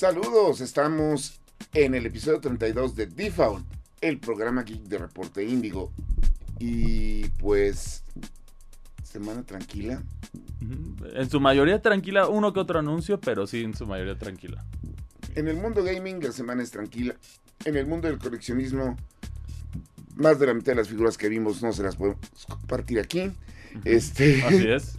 Saludos, estamos en el episodio 32 de Default, el programa geek de Reporte Índigo. Y pues, semana tranquila. En su mayoría tranquila, uno que otro anuncio, pero sí en su mayoría tranquila. En el mundo gaming la semana es tranquila. En el mundo del coleccionismo, más de la mitad de las figuras que vimos no se las podemos compartir aquí. Así es.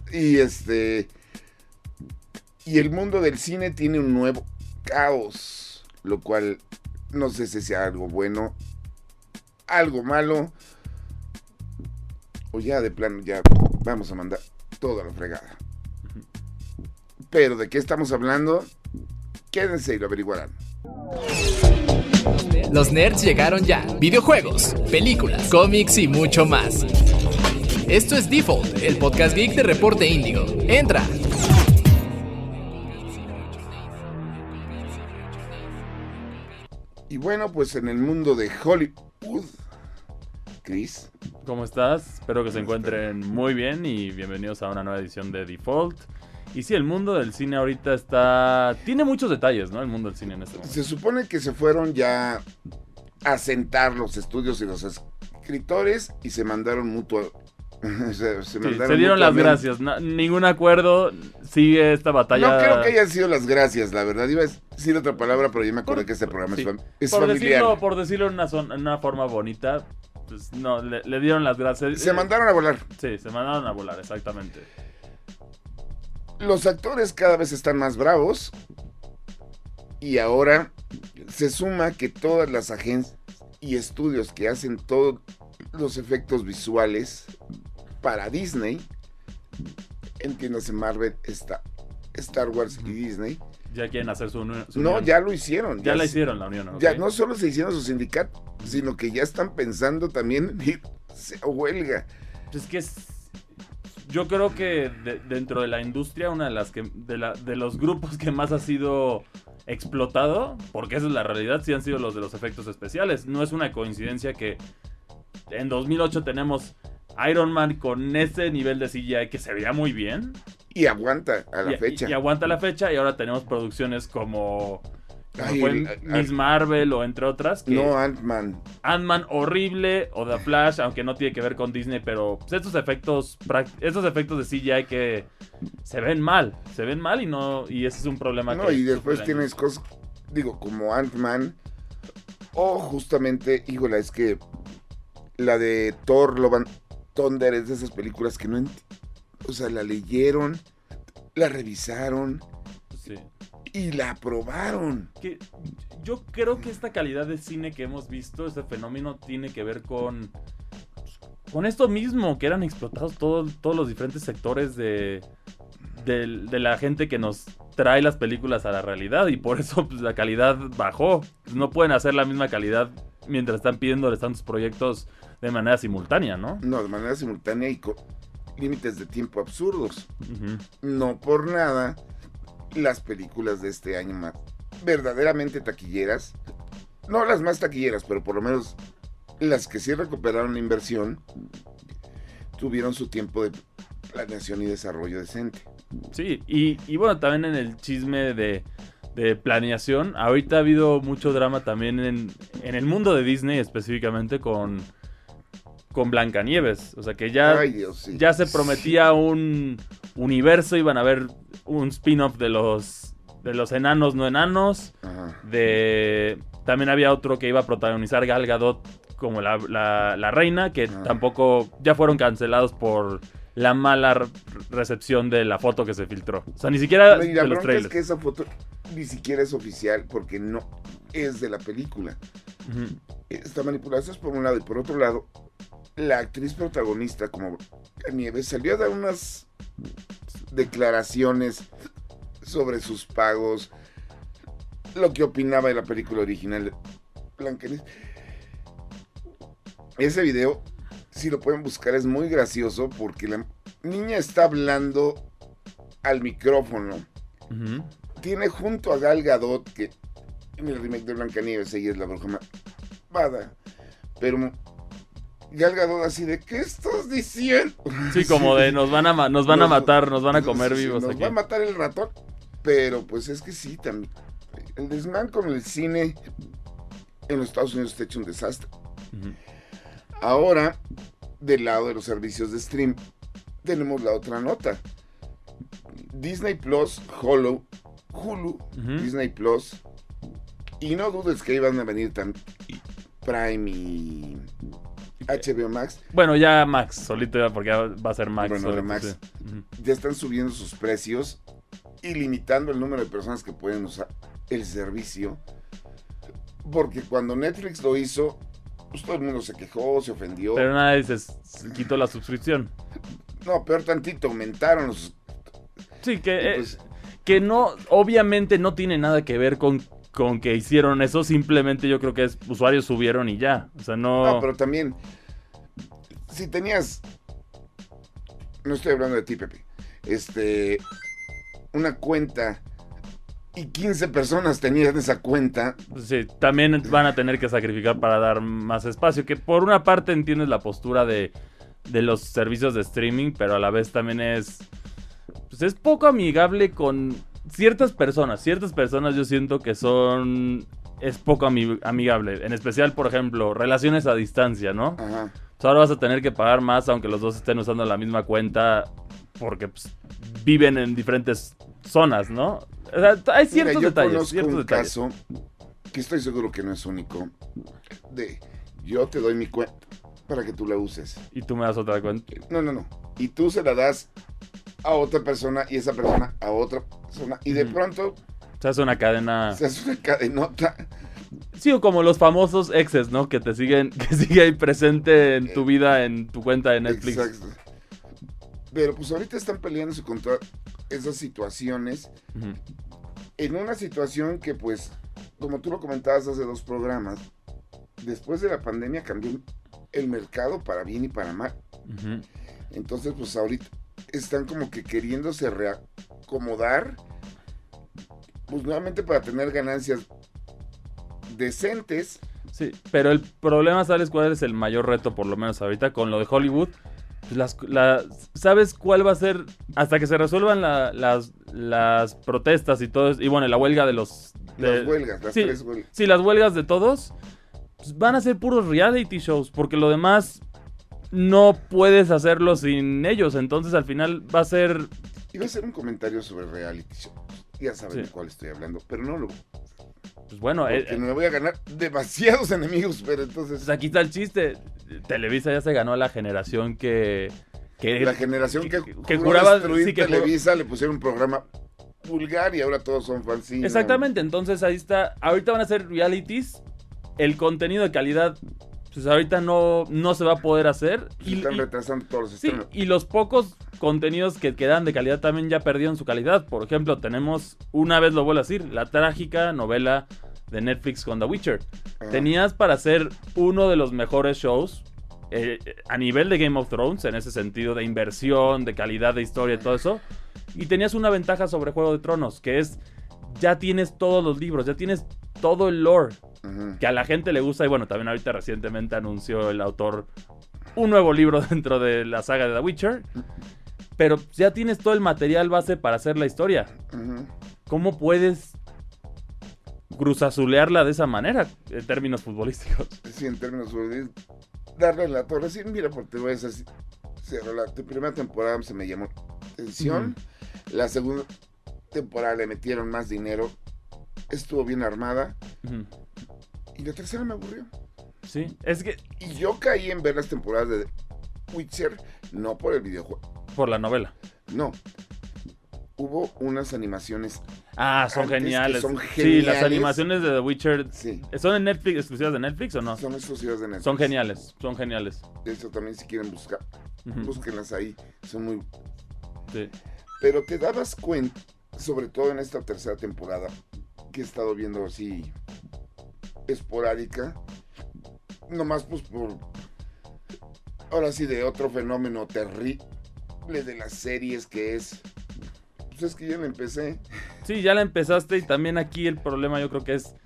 Y el mundo del cine tiene un nuevo caos, lo cual no sé si sea algo bueno, algo malo, o ya de plano ya vamos a mandar toda la fregada. Pero ¿de qué estamos hablando? Quédense y lo averiguarán. Los nerds llegaron ya. Videojuegos, películas, cómics y mucho más. Esto es Default, el podcast geek de Reporte Índigo. ¡Entra! Y bueno, pues en el mundo de Hollywood, Chris, ¿Cómo estás? Espero que se encuentren muy bien y bienvenidos a una nueva edición de Default. Y sí, el mundo del cine ahorita tiene muchos detalles, ¿no? El mundo del cine en este momento. se supone que se fueron ya a sentar los estudios y los escritores y se mandaron se dieron las gracias. Ningún acuerdo. Sigue esta batalla. No creo que hayan sido las gracias, la verdad. Iba a decir otra palabra, pero ya me acordé que este programa es familiar. Por decirlo en una forma bonita, pues no, le dieron las gracias. Se mandaron a volar. Sí, se mandaron a volar, exactamente. Los actores cada vez están más bravos. Y ahora se suma que todas las agencias y estudios que hacen todos los efectos visuales para Disney, entiéndase Marvel, Star Wars y Disney, Ya quieren hacer su unión. No, ya lo hicieron. Ya la hicieron la unión, ¿ok? Ya no solo se hicieron su sindicato, sino que ya están pensando también en irse a huelga. Es que yo creo que dentro de la industria, una de las de los grupos que más ha sido explotado, porque esa es la realidad, sí han sido los de los efectos especiales. No es una coincidencia que en 2008 tenemos Iron Man con ese nivel de CGI que se veía muy bien. Y aguanta a la fecha. Y aguanta la fecha, y ahora tenemos producciones como Miss Marvel o entre otras. No, Ant-Man. Ant-Man horrible, o The Flash, aunque no tiene que ver con Disney, pero pues, estos efectos de CGI que se ven mal y ese es un problema. No, y después tienes cosas, como Ant-Man, o justamente, híjola, es que la de Thor, Love and Thunder es de esas películas que no la leyeron, la revisaron, sí, y la aprobaron. Yo creo que esta calidad de cine que hemos visto, este fenómeno, tiene que ver con esto mismo, que eran explotados todos los diferentes sectores de la gente que nos trae las películas a la realidad, y por eso pues, la calidad bajó. No pueden hacer la misma calidad mientras están pidiéndoles tantos proyectos de manera simultánea, ¿no? No, de manera simultánea y con límites de tiempo absurdos. No por nada las películas de este año más verdaderamente taquilleras, no las más taquilleras, pero por lo menos las que sí recuperaron la inversión, tuvieron su tiempo de planeación y desarrollo decente. Sí, y bueno, también en el chisme de planeación, ahorita ha habido mucho drama también en el mundo de Disney, específicamente con Blancanieves. O sea que ya, Ay, Dios, sí. Ya se prometía un universo, iban a haber un spin-off de los enanos no enanos. Ajá. También había otro que iba a protagonizar Gal Gadot como la reina, que tampoco ya fueron cancelados por la mala recepción de la foto que se filtró. O sea, ni siquiera y la de los bronca trailers. es que esa foto ni siquiera es oficial porque no es de la película. Está manipulada, eso es por un lado. Y por otro lado, la actriz protagonista, como Nieves, salió a dar unas declaraciones sobre sus pagos, lo que opinaba de la película original de Blancanieves. Ese video, si lo pueden buscar, es muy gracioso porque la niña está hablando al micrófono. Tiene junto a Gal Gadot, que en el remake de Blancanieves ella es la bruja malvada, pero Gal Gadot así de, ¿qué estás diciendo? Sí, como de nos van a matar, nos van a comer vivos nos aquí. Va a matar el ratón. Pero pues es que sí, también El desmán con el cine en los Estados Unidos está hecho un desastre. Ahora, del lado de los servicios de stream, tenemos la otra nota. Disney Plus, Hulu, Disney Plus, y no dudes que iban a venir Prime y HBO Max. Bueno, ya Max, solito ya, porque ya va a ser Max. Bueno, Max. Sí. Ya están subiendo sus precios y limitando el número de personas que pueden usar el servicio. Porque cuando Netflix lo hizo, pues todo el mundo se quejó, se ofendió. Pero nadie se quitó la suscripción. No, peor tantito, aumentaron los... Sí, que no, obviamente no tiene nada que ver con que hicieron eso, simplemente yo creo que usuarios subieron y ya. O sea, no... No, pero también, si tenías, no estoy hablando de ti, Pepe, una cuenta y 15 personas tenían esa cuenta. Sí, también van a tener que sacrificar para dar más espacio, que por una parte entiendes la postura de los servicios de streaming, pero a la vez también es poco amigable con ciertas personas yo siento que es poco amigable, en especial, por ejemplo, relaciones a distancia, ¿no? Ajá. Pues ahora vas a tener que pagar más aunque los dos estén usando la misma cuenta porque pues, viven en diferentes zonas, ¿no? O sea, hay ciertos detalles. Yo conozco un caso que estoy seguro que no es único, yo te doy mi cuenta para que tú la uses. ¿Y tú me das otra cuenta? No. Y tú se la das a otra persona y esa persona a otra persona. Y de pronto... Se hace una cadena... Se hace una cadenota. Sí, o como los famosos exes, ¿no? Que te siguen, que sigue ahí presente en tu vida, en tu cuenta de Netflix. Exacto. Pero pues ahorita están peleándose contra esas situaciones. En una situación que pues, como tú lo comentabas hace 2 programas, después de la pandemia cambió el mercado para bien y para mal. Entonces pues ahorita están como que queriéndose reacomodar, pues nuevamente para tener ganancias decentes. Sí, pero el problema, ¿sabes cuál es el mayor reto, por lo menos ahorita, con lo de Hollywood? Pues ¿sabes cuál va a ser? Hasta que se resuelvan las protestas y todo eso, y bueno, la huelga de las huelgas, las 3 huelgas. Sí, las huelgas de todos, pues van a ser puros reality shows, porque lo demás no puedes hacerlo sin ellos, entonces al final va a ser... Iba a hacer un comentario sobre reality shows, ya saben de cuál estoy hablando, pero no lo... Pues bueno... Porque me voy a ganar demasiados enemigos, pero entonces... Pues aquí está el chiste, Televisa ya se ganó a la generación que la generación que juraba destruir Televisa, le pusieron un programa vulgar y ahora todos son fanzines. Exactamente, entonces ahí está, ahorita van a ser realities, el contenido de calidad... Pues ahorita no se va a poder hacer. Pues están retrasando todos los sistemas. Sí, y los pocos contenidos que quedan de calidad también ya perdieron su calidad. Por ejemplo, tenemos, una vez lo vuelvo a decir, la trágica novela de Netflix con The Witcher. Tenías para hacer uno de los mejores shows a nivel de Game of Thrones, en ese sentido de inversión, de calidad de historia y todo eso. Y tenías una ventaja sobre Juego de Tronos, que es, ya tienes todos los libros, ya tienes todo el lore. Que a la gente le gusta, y bueno, también ahorita recientemente anunció el autor un nuevo libro dentro de la saga de The Witcher, pero ya tienes todo el material base para hacer la historia. ¿Cómo puedes cruzazulearla de esa manera en términos futbolísticos? Sí, en términos futbolísticos, darle la torre, sí, mira, porque te voy a decir, la primera temporada se me llamó atención, la segunda temporada le metieron más dinero, estuvo bien armada, y la tercera me aburrió. Sí, es que... Y yo caí en ver las temporadas de The Witcher, no por el videojuego. Por la novela. No. Hubo unas animaciones... son geniales. Son geniales. Sí, las animaciones de The Witcher... Sí. ¿Son en Netflix, exclusivas de Netflix o no? Son exclusivas de Netflix. Son geniales. De hecho, también si quieren buscar, búsquenlas ahí. Son muy... Sí. Pero te dabas cuenta, sobre todo en esta tercera temporada, que he estado viendo así... esporádica, nomás pues por ahora sí de otro fenómeno terrible de las series que es, pues es que yo la empecé. Sí, ya la empezaste, y también aquí el problema yo creo que es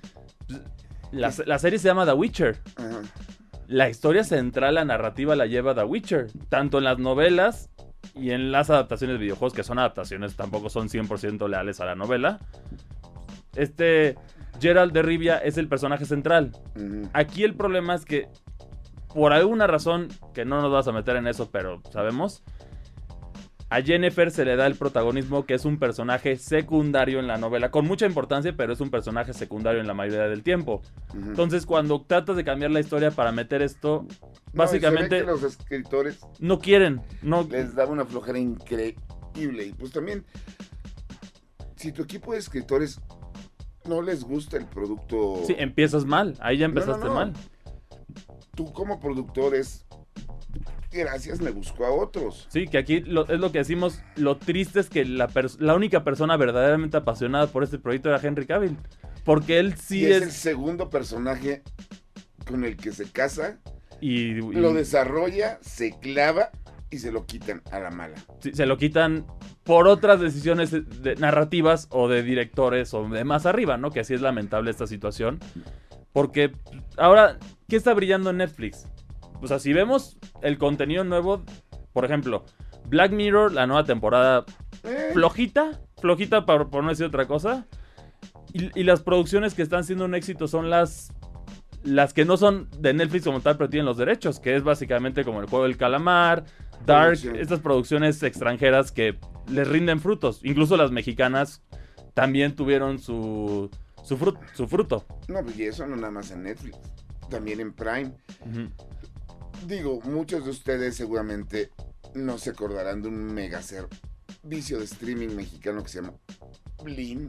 la serie se llama The Witcher. La historia central, la narrativa la lleva The Witcher, tanto en las novelas y en las adaptaciones de videojuegos, que son adaptaciones, tampoco son 100% leales a la novela. Geralt de Rivia es el personaje central. Aquí el problema es que, por alguna razón, que no nos vas a meter en eso, pero sabemos, a Yennefer se le da el protagonismo, que es un personaje secundario en la novela, con mucha importancia, pero es un personaje secundario en la mayoría del tiempo. Entonces, cuando tratas de cambiar la historia para meter esto, básicamente... Se ve que los escritores no quieren. No... Les daba una flojera increíble. Y pues también, si tu equipo de escritores no les gusta el producto... Sí, empiezas mal. Ahí ya empezaste mal. Tú como productor gracias, me busco a otros. Sí, que aquí es lo que decimos. Lo triste es que la única persona verdaderamente apasionada por este proyecto era Henry Cavill. Porque él sí es el segundo personaje con el que se casa, y lo desarrolla, se clava y se lo quitan a la mala. Sí, se lo quitan por otras decisiones narrativas o de directores o de más arriba, ¿no? Que así es lamentable esta situación. Porque ahora, ¿qué está brillando en Netflix? O sea, si vemos el contenido nuevo, por ejemplo, Black Mirror, la nueva temporada, flojita por no decir otra cosa. Y las producciones que están siendo un éxito son las que no son de Netflix como tal, pero tienen los derechos, que es básicamente como el juego del calamar, Dark, estas producciones extranjeras que les rinden frutos. Incluso las mexicanas también tuvieron su fruto. No, y eso no nada más en Netflix, también en Prime. Digo, muchos de ustedes seguramente no se acordarán de un mega servicio de streaming mexicano que se llama Blim.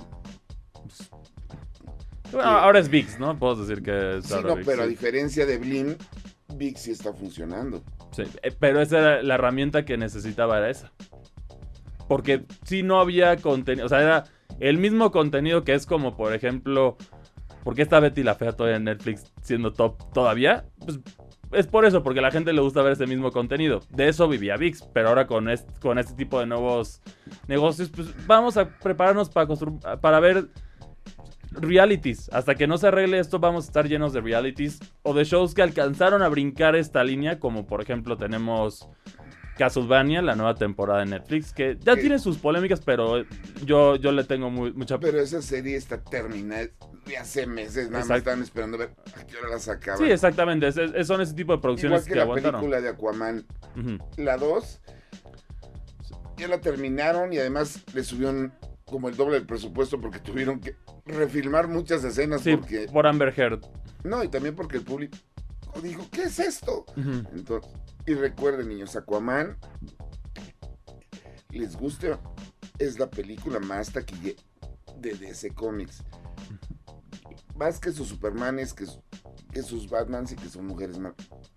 Bueno, ahora es ViX, ¿no? Puedo decir que es ahora ViX, pero a diferencia de Blim, ViX sí está funcionando. Sí, pero esa era la herramienta que necesitaba, era esa. Porque si no había contenido, o sea, era el mismo contenido que es como, por ejemplo, ¿por qué está Betty la Fea todavía en Netflix siendo top todavía? Pues es por eso, porque a la gente le gusta ver ese mismo contenido. De eso vivía ViX, pero ahora con este tipo de nuevos negocios, pues vamos a prepararnos para ver realities. Hasta que no se arregle esto, vamos a estar llenos de realities o de shows que alcanzaron a brincar esta línea, como por ejemplo tenemos Castlevania, la nueva temporada de Netflix, que ya tiene sus polémicas, pero yo le tengo mucha... Pero esa serie está terminada de hace meses, nada más están esperando a ver a qué hora la sacaban. Sí, exactamente, son ese tipo de producciones que aguantaron. Igual que la película de Aquaman, la 2, ya la terminaron y además le subieron como el doble del presupuesto porque tuvieron que refilmar muchas escenas. Sí, porque... por Amber Heard. No, y también porque el público dijo, ¿qué es esto? Entonces, y recuerden, niños, Aquaman, les guste, es la película más taquillera de DC Comics. Más que sus Supermanes, que sus Batmans y que sus mujeres más.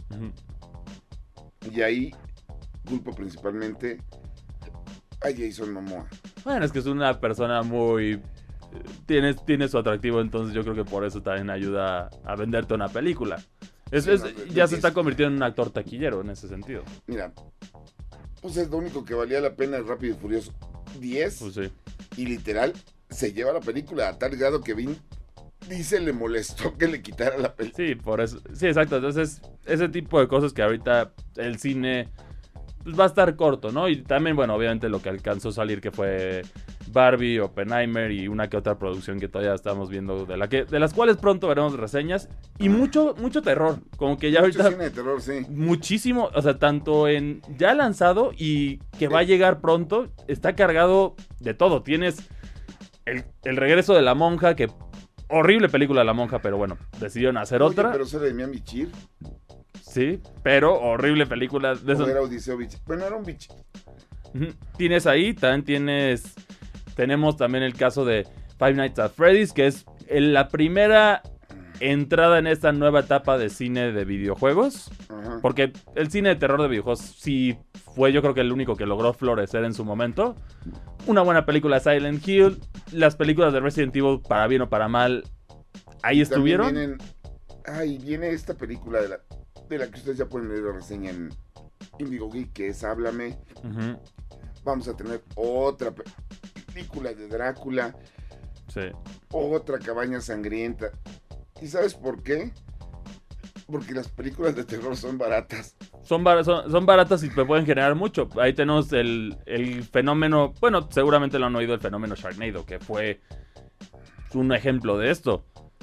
Y ahí culpo principalmente a Jason Momoa. Bueno, es que es una persona muy... Tiene su atractivo, entonces yo creo que por eso también ayuda a venderte una película. Ya se está convirtiendo en un actor taquillero en ese sentido. Mira, pues es lo único que valía la pena el Rápido y Furioso 10. Pues sí. Y literal, se lleva la película a tal grado que Vin Diesel le molestó que le quitara la película. Sí, por eso. Sí, exacto. Entonces, ese tipo de cosas que ahorita el cine pues, va a estar corto, ¿no? Y también, bueno, obviamente lo que alcanzó a salir que fue Barbie, Oppenheimer y una que otra producción que todavía estamos viendo, de las cuales pronto veremos reseñas. Y mucho terror. Como que ya mucho ahorita... cine de terror, sí. Muchísimo, o sea, tanto en ya lanzado y que va a llegar pronto, está cargado de todo. Tienes el regreso de La Monja, que horrible película La Monja, pero bueno, decidieron hacer otra. Pero sale de Miami Bichir. Sí, pero horrible película. Era Odiseo Bichir. Bueno, era un bicho. Tienes ahí, también tenemos también el caso de Five Nights at Freddy's, que es la primera entrada en esta nueva etapa de cine de videojuegos. Porque el cine de terror de videojuegos sí fue, yo creo que el único que logró florecer en su momento. Una buena película Silent Hill, las películas de Resident Evil, para bien o para mal, ahí estuvieron. Viene esta película de la que ustedes ya pueden leer la reseña en Indigo Geek, que es Háblame. Vamos a tener otra película de Drácula. Sí. Otra Cabaña Sangrienta. ¿Y sabes por qué? Porque las películas de terror son baratas. Son baratas y te pueden generar mucho. Ahí tenemos el fenómeno... Bueno, seguramente lo han oído, el fenómeno Sharknado, que fue un ejemplo de esto.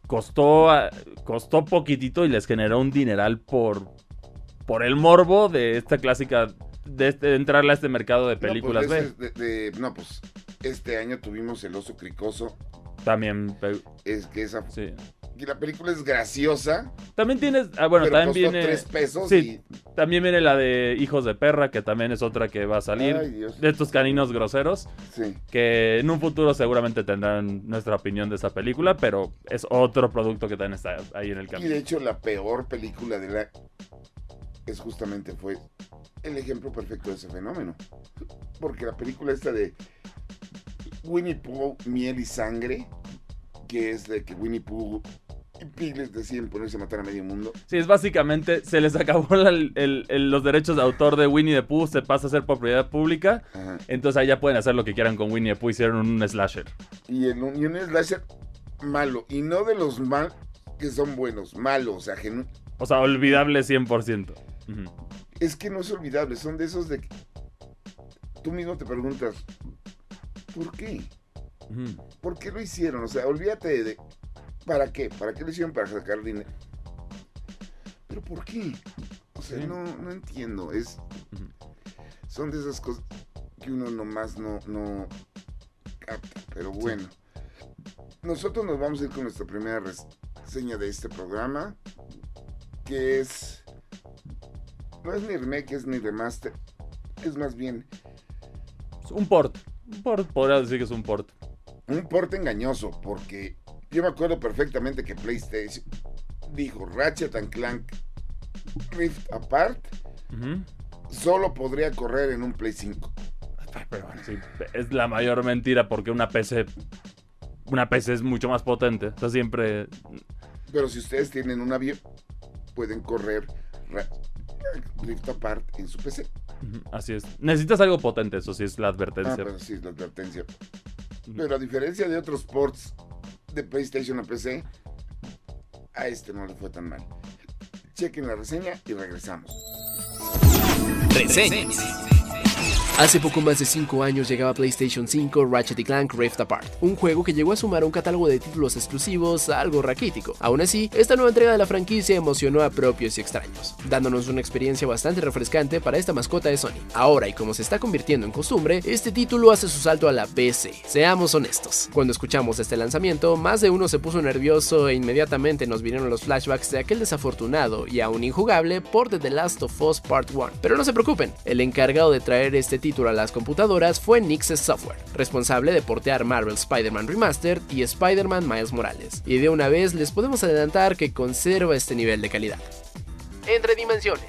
costó poquitito y les generó un dineral por el morbo de esta clásica, de entrarle a este mercado de películas B. Pues este año tuvimos El oso cricoso. También. Es que esa... Sí. Y la película es graciosa. También tienes... pero también costó viene... 3 pesos. Sí, también viene la de Hijos de Perra, que también es otra que va a salir. Ay, Dios. De estos caninos groseros. Sí. Que en un futuro seguramente tendrán nuestra opinión de esa película, pero es otro producto que también está ahí en el Y camino. de hecho la peor película de la... fue el ejemplo perfecto de ese fenómeno. Porque la película esta de Winnie Pooh, Miel y Sangre, que es de que Winnie Pooh y Piglet deciden ponerse a matar a medio mundo. Sí, es básicamente, se les acabó los derechos de autor de Winnie the Pooh, se pasa a ser propiedad pública, Ajá. entonces ahí ya pueden hacer lo que quieran con Winnie the Pooh, hicieron un slasher. Y un slasher malo, y no de los mal que son buenos, malos, o sea, O sea, olvidable 100%. Ujú. es que no es olvidable, son de esos de que tú mismo te preguntas, ¿por qué? Ujú. ¿Por qué lo hicieron? O sea, olvídate de... ¿Para qué? ¿Para qué lo hicieron? Para sacar dinero. ¿Pero por qué? O sea, Sí. no entiendo. Ujú. Son de esas cosas que uno nomás no capta. Pero bueno. Nosotros nos vamos a ir con nuestra primera reseña de este programa. Que es... No es ni remake, es ni remaster. Es más bien Un port. Un port, podría decir que es un port. un porte engañoso. Porque yo me acuerdo perfectamente que PlayStation dijo Ratchet and Clank Rift Apart Ujú. solo podría correr en un Play 5. Pero bueno, sí, es la mayor mentira porque una PC es mucho más potente. O sea, siempre... Pero si ustedes tienen un avión, pueden correr Rift Apart en su PC. Ujú, así es. Necesitas algo potente, eso sí es la Ah, advertencia. pero sí, es la advertencia. Pero a diferencia de otros ports de PlayStation a PC, a este no le fue tan mal. Chequen la reseña y regresamos. Reseñas. Hace poco más de 5 años llegaba a PlayStation 5 Ratchet & Clank Rift Apart, un juego que llegó a sumar un catálogo de títulos exclusivos algo raquítico. Aún así, esta nueva entrega de la franquicia emocionó a propios y extraños, dándonos una experiencia bastante refrescante para esta mascota de Sony. Ahora, y como se está convirtiendo en costumbre, este título hace su salto a la PC. Seamos honestos, cuando escuchamos este lanzamiento, más de uno se puso nervioso e inmediatamente nos vinieron los flashbacks de aquel desafortunado y aún injugable port de The Last of Us Part 1. Pero no se preocupen, el encargado de traer este título a las computadoras fue Nixxes Software, responsable de portear Marvel Spider-Man Remastered y Spider-Man Miles Morales, y de una vez les podemos adelantar que conserva este nivel de calidad. Entre dimensiones.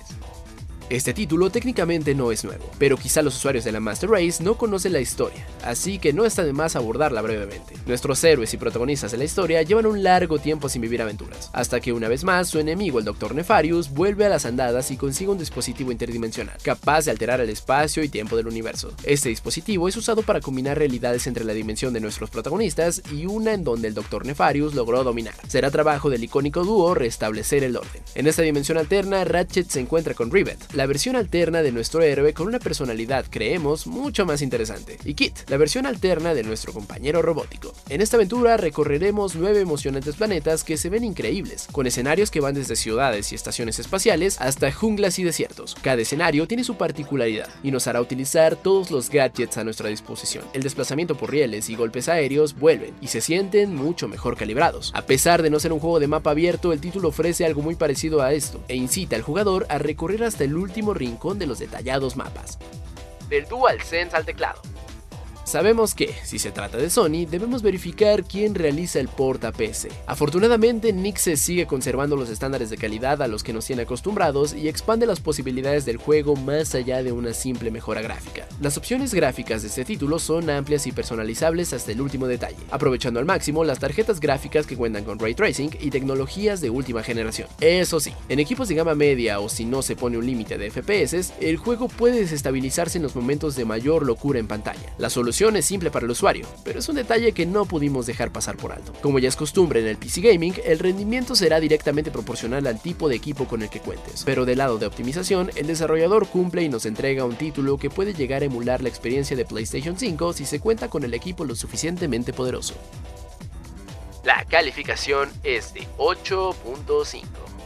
Este título técnicamente no es nuevo, pero quizá los usuarios de la Master Race no conocen la historia, así que no está de más abordarla brevemente. Nuestros héroes y protagonistas de la historia llevan un largo tiempo sin vivir aventuras, hasta que una vez más su enemigo el Dr. Nefarious vuelve a las andadas y consigue un dispositivo interdimensional, capaz de alterar el espacio y tiempo del universo. Este dispositivo es usado para combinar realidades entre la dimensión de nuestros protagonistas y una en donde el Dr. Nefarious logró dominar. Será trabajo del icónico dúo restablecer el orden. En esta dimensión alterna, Ratchet se encuentra con Rivet, la versión alterna de nuestro héroe con una personalidad, creemos, mucho más interesante, y Kit, la versión alterna de nuestro compañero robótico. En esta aventura recorreremos 9 emocionantes planetas que se ven increíbles, con escenarios que van desde ciudades y estaciones espaciales hasta junglas y desiertos. Cada escenario tiene su particularidad y nos hará utilizar todos los gadgets a nuestra disposición. El desplazamiento por rieles y golpes aéreos vuelven y se sienten mucho mejor calibrados. A pesar de no ser un juego de mapa abierto, el título ofrece algo muy parecido a esto e incita al jugador a recorrer hasta el último rincón de los detallados mapas. Del DualSense al teclado. Sabemos que, si se trata de Sony, debemos verificar quién realiza el port a PC. Afortunadamente, Nixxes sigue conservando los estándares de calidad a los que nos tiene acostumbrados y expande las posibilidades del juego más allá de una simple mejora gráfica. Las opciones gráficas de este título son amplias y personalizables hasta el último detalle, aprovechando al máximo las tarjetas gráficas que cuentan con Ray Tracing y tecnologías de última generación. Eso sí, en equipos de gama media o si no se pone un límite de FPS, el juego puede desestabilizarse en los momentos de mayor locura en pantalla. La solución es simple para el usuario, pero es un detalle que no pudimos dejar pasar por alto. Como ya es costumbre en el PC Gaming, el rendimiento será directamente proporcional al tipo de equipo con el que cuentes, pero del lado de optimización, el desarrollador cumple y nos entrega un título que puede llegar a emular la experiencia de PlayStation 5 si se cuenta con el equipo lo suficientemente poderoso. La calificación es de 8.5.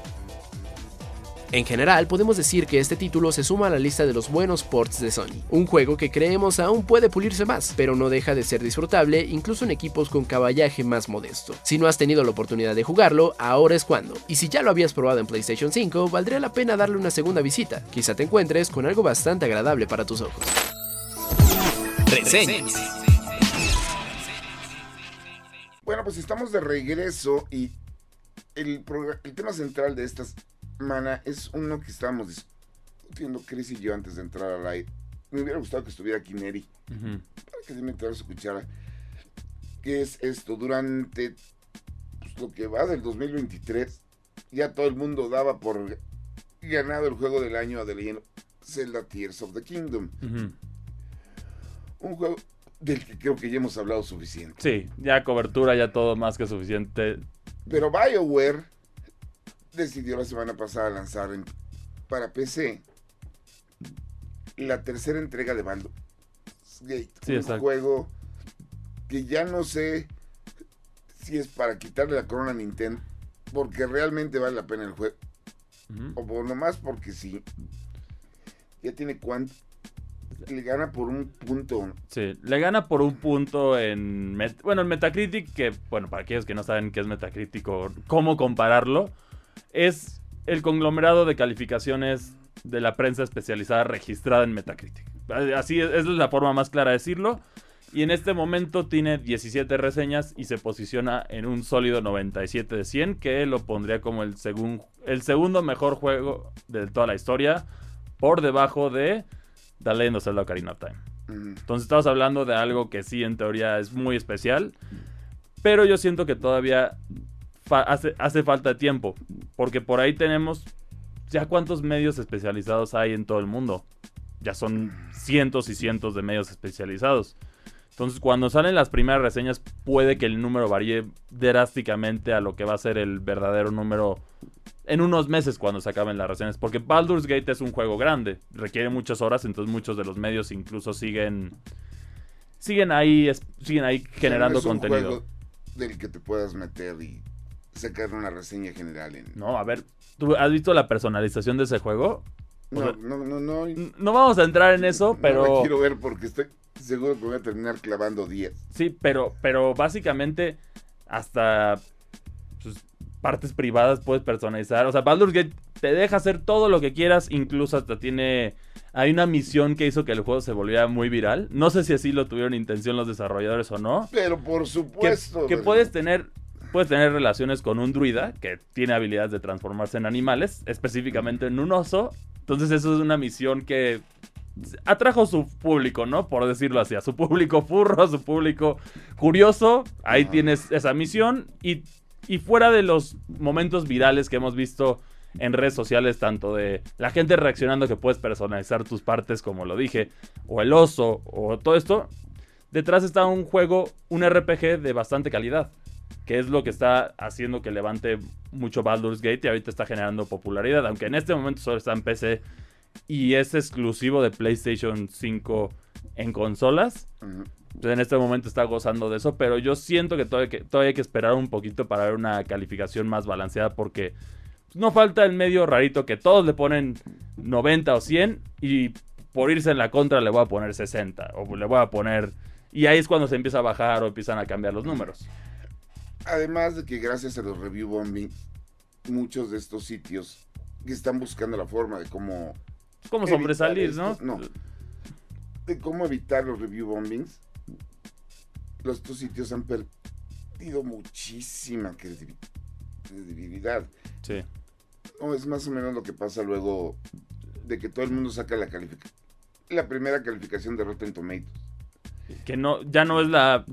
En general, podemos decir que este título se suma a la lista de los buenos ports de Sony, un juego que creemos aún puede pulirse más, pero no deja de ser disfrutable incluso en equipos con caballaje más modesto. Si no has tenido la oportunidad de jugarlo, ahora es cuando, y si ya lo habías probado en PlayStation 5, valdría la pena darle una segunda visita, quizá te encuentres con algo bastante agradable para tus ojos. Reseñas. Bueno, pues estamos de regreso y el tema central de esta semana es uno que estábamos discutiendo Chris y yo antes de entrar al aire. Me hubiera gustado que estuviera aquí Neri, para que se metiera su cuchara. ¿Qué es esto? Durante lo que va del 2023, ya todo el mundo daba por ganado el juego del año a The Legend of Zelda Tears of the Kingdom. Un juego del que creo que ya hemos hablado suficiente. Sí, ya cobertura, ya todo más que suficiente. Pero BioWare decidió la semana pasada lanzar para PC la tercera entrega de Baldur's Gate. Sí, un exacto. Juego que ya no sé si es para quitarle la corona a Nintendo, porque realmente vale la pena el juego, o por nomás porque sí. Ya tiene cuánto. Le gana por un punto. Sí, le gana por un punto en Metacritic, que, bueno, para aquellos que no saben qué es Metacritic o cómo compararlo, es el conglomerado de calificaciones de la prensa especializada registrada en Metacritic. Así es la forma más clara de decirlo. Y en este momento tiene 17 reseñas y se posiciona en un sólido 97 de 100, que lo pondría como el segundo mejor juego de toda la historia, por debajo de The Legend of Zelda Ocarina of Time. Entonces estamos hablando de algo que sí, en teoría, es muy especial, pero yo siento que todavía hace falta tiempo, porque por ahí tenemos ya cuántos medios especializados hay en todo el mundo. Ya son cientos y cientos de medios especializados. Entonces, cuando salen las primeras reseñas, puede que el número varíe drásticamente a lo que va a ser el verdadero número en unos meses cuando se acaben las reseñas. Porque Baldur's Gate es un juego grande, requiere muchas horas, entonces muchos de los medios incluso siguen ahí generando contenido. No es un juego del que te puedas meter y sacar una reseña general. No, a ver, ¿tú has visto la personalización de ese juego? No. No vamos a entrar en eso, pero... No la quiero ver porque estoy seguro que voy a terminar clavando 10. Sí, pero básicamente hasta sus partes privadas puedes personalizar. O sea, Baldur's Gate te deja hacer todo lo que quieras, incluso hasta hay una misión que hizo que el juego se volviera muy viral. No sé si así lo tuvieron intención los desarrolladores o no. Pero por supuesto. Que puedes tener relaciones con un druida que tiene habilidades de transformarse en animales, específicamente en un oso. Entonces eso es una misión que atrajo a su público, ¿no? Por decirlo así, a su público furro, a su público curioso. Ahí tienes esa misión. Y fuera de los momentos virales que hemos visto en redes sociales, tanto de la gente reaccionando que puedes personalizar tus partes, como lo dije, o el oso, o todo esto, detrás está un juego, un RPG de bastante calidad, que es lo que está haciendo que levante mucho Baldur's Gate y ahorita está generando popularidad, aunque en este momento solo está en PC y es exclusivo de PlayStation 5 en consolas. Entonces en este momento está gozando de eso, pero yo siento que todavía hay que esperar un poquito para ver una calificación más balanceada, porque no falta el medio rarito que todos le ponen 90 o 100 y por irse en la contra le voy a poner 60 o le voy a poner... Y ahí es cuando se empieza a bajar o empiezan a cambiar los números. Además de que gracias a los review bombing, muchos de estos sitios que están buscando la forma de cómo sobresalir, esto, ¿no? De cómo evitar los review bombings. Estos sitios han perdido muchísima credibilidad. Sí. No, es más o menos lo que pasa luego de que todo el mundo saca la primera calificación de Rotten Tomatoes. Que ya no es la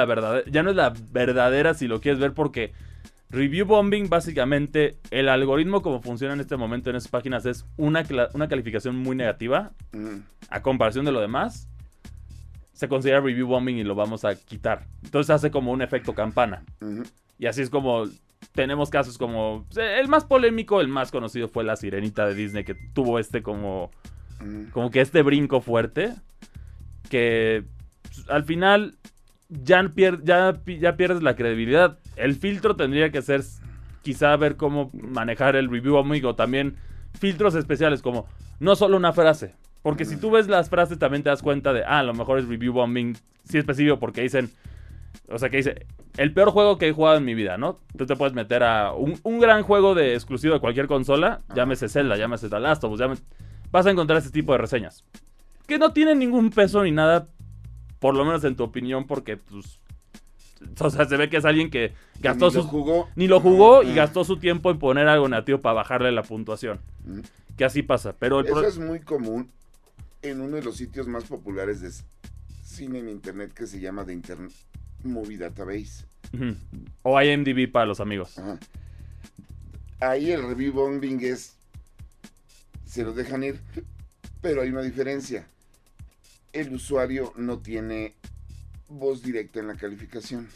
verdadera si lo quieres ver, porque review bombing, básicamente, el algoritmo como funciona en este momento en esas páginas es una calificación muy negativa a comparación de lo demás. Se considera review bombing y lo vamos a quitar. Entonces hace como un efecto campana. Y así es como tenemos casos como... El más polémico, el más conocido fue La Sirenita de Disney, que tuvo como que este brinco fuerte. Que al final ya pierdes la credibilidad. El filtro tendría que ser quizá ver cómo manejar el review bombing o también filtros especiales como no solo una frase. Porque si tú ves las frases también te das cuenta de, a lo mejor es review bombing, sí específico porque dicen, o sea que dice, el peor juego que he jugado en mi vida, ¿no? Tú te puedes meter a un gran juego de exclusivo de cualquier consola, llámese Zelda, llámese The Last of Us, vas a encontrar ese tipo de reseñas. Que no tienen ningún peso ni nada, por lo menos en tu opinión, porque pues... O sea, se ve que es alguien que gastó ni lo jugó y gastó su tiempo en poner algo negativo para bajarle la puntuación. Que así pasa. Pero eso es muy común en uno de los sitios más populares de cine en internet que se llama The Internet Movie Database. O IMDb para los amigos. Ajá. Ahí el review bombing se lo dejan ir, pero hay una diferencia. El usuario no tiene voz directa en la calificación.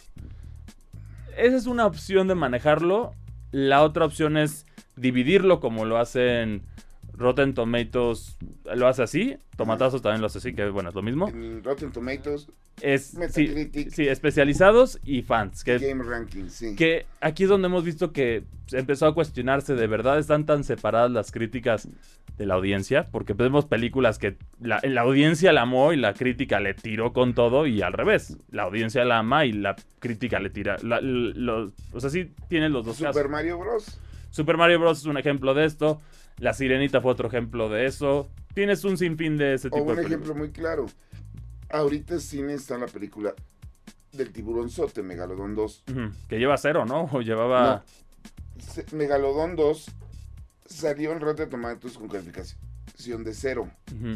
Esa es una opción de manejarlo. La otra opción es dividirlo como lo hacen Rotten Tomatoes. Lo hace así. Tomatazos también lo hace así, que bueno, es lo mismo. En Rotten Tomatoes, Metacritic, sí, especializados y fans. Game Ranking, sí. Que aquí es donde hemos visto que empezó a cuestionarse, ¿de verdad están tan separadas las críticas de la audiencia? Porque vemos películas que la audiencia la amó y la crítica le tiró con todo, y al revés. La audiencia la ama y la crítica le tira. O sea, sí tienen los dos casos. Super Mario Bros. Super Mario Bros. Es un ejemplo de esto. La Sirenita fue otro ejemplo de eso. Tienes un sinfín de ese tipo de películas. Un ejemplo muy claro. Ahorita en cine está la película del tiburonzote, Megalodón 2. Que lleva 0, ¿no? O llevaba... No. Megalodón 2 salió en Rotten Tomatoes con calificación de 0.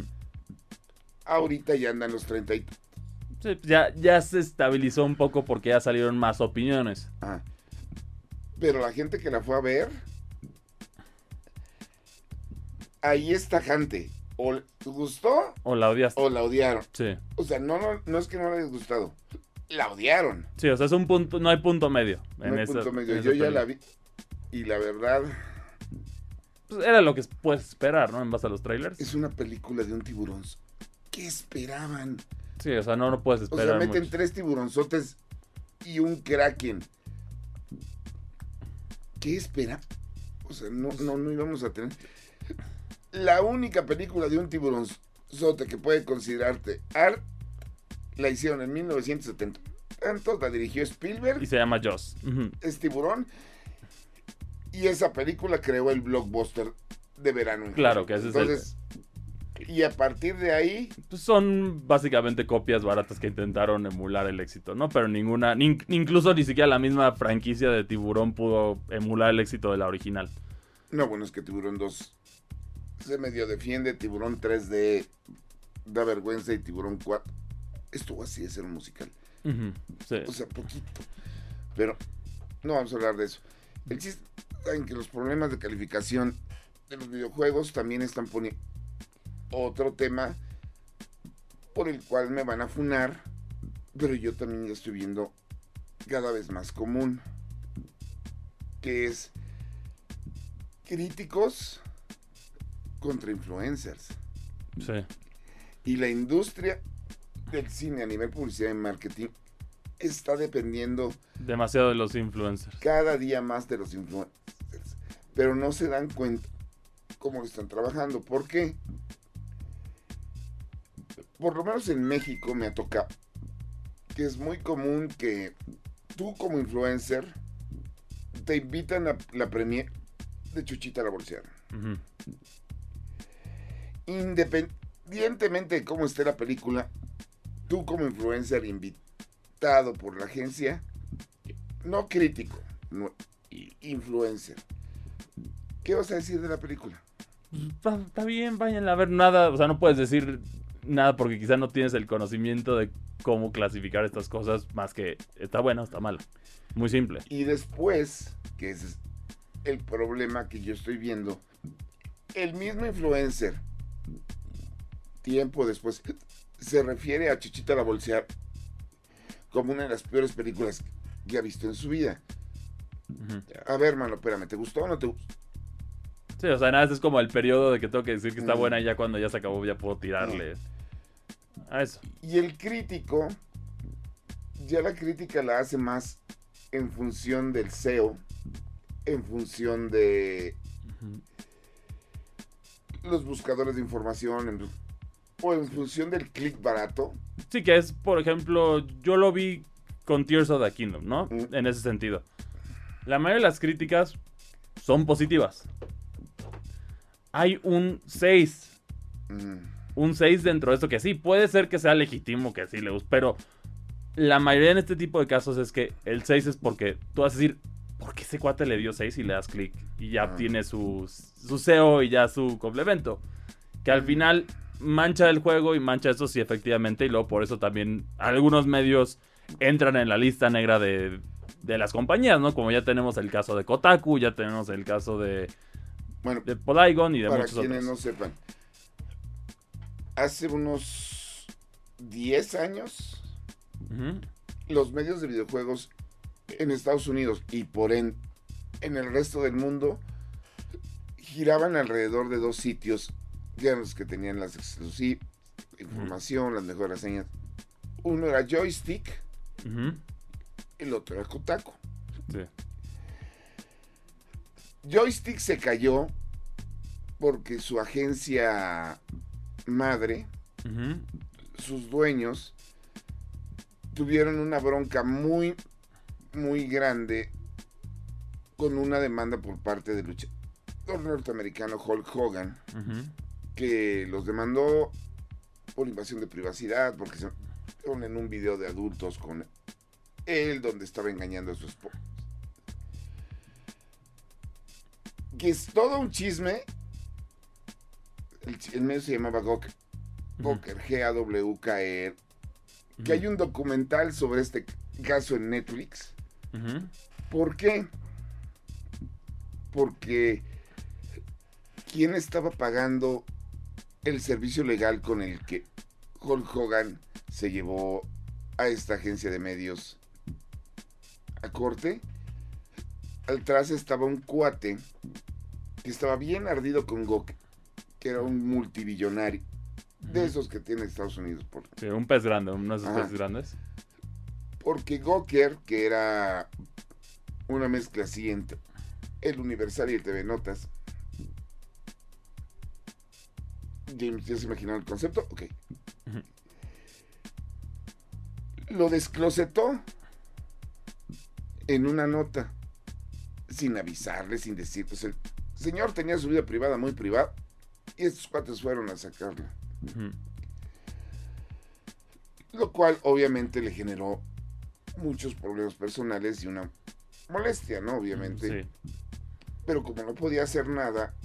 Ahorita ya andan los 30 y... Sí, ya se estabilizó un poco porque ya salieron más opiniones. Pero la gente que la fue a ver, ahí es tajante. O les gustó o la odiaste. O la odiaron. Sí. O sea, no es que no les haya gustado. La odiaron. Sí, o sea, es un punto, no hay punto medio. No hay punto medio. Yo ya la vi y la verdad... Pues era lo que puedes esperar, ¿no? En base a los trailers. Es una película de un tiburón. ¿Qué esperaban? Sí, o sea, no puedes esperar. O sea, meten mucho. 3 tiburonzotes y un kraken. ¿Qué espera? O sea, no íbamos a tener... La única película de un tiburonzote que puede considerarte art la hicieron en 1970. Tanto la dirigió Spielberg. Y se llama Jaws. Es tiburón. Y esa película creó el blockbuster de verano. Claro, que ese Entonces, y a partir de ahí... Pues son básicamente copias baratas que intentaron emular el éxito, ¿no? Pero ninguna, incluso ni siquiera la misma franquicia de Tiburón pudo emular el éxito de la original. No, bueno, es que Tiburón 2 se medio defiende, Tiburón 3D da vergüenza y Tiburón 4 estuvo así de ser un musical. Sí. O sea, poquito. Pero no vamos a hablar de eso. El chiste en que los problemas de calificación de los videojuegos también están poniendo otro tema por el cual me van a funar, pero yo también ya estoy viendo cada vez más común, que es críticos contra influencers. Sí. Y la industria del cine a nivel publicidad y marketing está dependiendo demasiado de los influencers. Cada día más de los influencers. Pero no se dan cuenta cómo lo están trabajando. ¿Por qué? Por lo menos en México me ha tocado que es muy común que tú como influencer te invitan a la premiere de Chuchita la Bolseana. Independientemente de cómo esté la película, tú como influencer invitado por la agencia, no crítico, no, influencer, ¿qué vas a decir de la película? Está bien, vayan a ver nada, o sea, no puedes decir nada porque quizá no tienes el conocimiento de cómo clasificar estas cosas, más que está bueno o está malo. Muy simple. Y después, que ese es el problema que yo estoy viendo, el mismo influencer, tiempo después, se refiere a Chuchita la Bolseana como una de las peores películas que ha visto en su vida. A ver, hermano, espérame, ¿te gustó o no te gustó? Sí, o sea, nada, es como el periodo de que tengo que decir que está buena y ya cuando ya se acabó ya puedo tirarle a eso. Y el crítico, ya la crítica la hace más en función del SEO, en función de los buscadores de información, o en función del clic barato. Sí, que es, por ejemplo, yo lo vi con Tears of the Kingdom, ¿no? En ese sentido. La mayoría de las críticas son positivas. Hay un 6. Un 6 dentro de esto que sí, puede ser que sea legítimo, que sí le guste, pero la mayoría en este tipo de casos es que el 6 es porque tú vas a decir, ¿por qué ese cuate le dio 6 y le das clic? Y ya tiene su SEO y ya su complemento. Que al final mancha el juego y mancha eso sí, efectivamente, y luego por eso también algunos medios entran en la lista negra de las compañías, ¿no? Como ya tenemos el caso de Kotaku, ya tenemos el caso de Polygon y de muchos otros. Para quienes no sepan, hace unos 10 años, los medios de videojuegos en Estados Unidos y por en el resto del mundo giraban alrededor de 2 sitios, que eran los que tenían las exclusivas, información, las mejores reseñas. Uno era Joystick, el otro era Kotaku. Sí. Joystick se cayó porque su agencia madre, sus dueños, tuvieron una bronca muy, muy grande con una demanda por parte del luchador norteamericano Hulk Hogan, que los demandó por invasión de privacidad, porque se ponen un video de adultos con él donde estaba engañando a su esposa. Que es todo un chisme. El medio se llamaba Gawker, G-A-W-K-E-R, que hay un documental sobre este caso en Netflix. ¿Por qué? Porque ¿quién estaba pagando el servicio legal con el que Hulk Hogan se llevó a esta agencia de medios a corte? Atrás estaba un cuate que estaba bien ardido con Gawker, que era un multibillonario, de esos que tiene Estados Unidos. Sí, un pez grande, uno de esos peces grandes. Porque Gawker, que era una mezcla así entre el Universal y el TV Notas. James, ¿ya se imaginaron el concepto? Ok. Lo desclosetó en una nota, sin avisarle, sin decir. Pues el señor tenía su vida privada muy privada y estos cuates fueron a sacarla. Lo cual obviamente le generó muchos problemas personales y una molestia, ¿no? Obviamente. Sí. Pero como no podía hacer nada,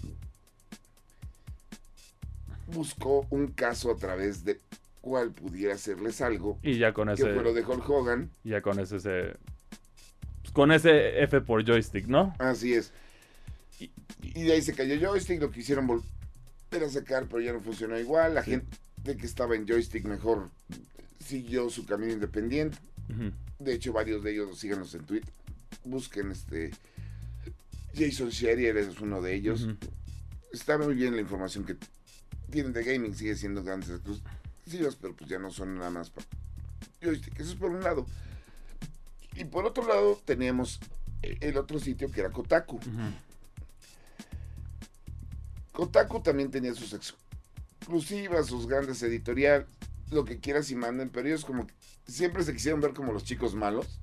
buscó un caso a través de cual pudiera hacerles algo. Y ya con ese... Que fue lo de Hulk Hogan. Y ya con ese... Con ese F por Joystick, ¿no? Así es. Y de ahí se cayó Joystick, lo quisieron volver a sacar, pero ya no funcionó igual. La gente que estaba en Joystick mejor siguió su camino independiente. De hecho, varios de ellos, síganos en Twitter. Busquen Jason Schreier es uno de ellos. Está muy bien la información que tienen de gaming, sigue siendo grandes exclusivas, pero pues ya no son nada más para Joystick. Eso es por un lado. Y por otro lado teníamos el otro sitio que era Kotaku. Kotaku también tenía sus exclusivas, sus grandes editoriales, lo que quieras y manden, pero ellos como que siempre se quisieron ver como los chicos malos.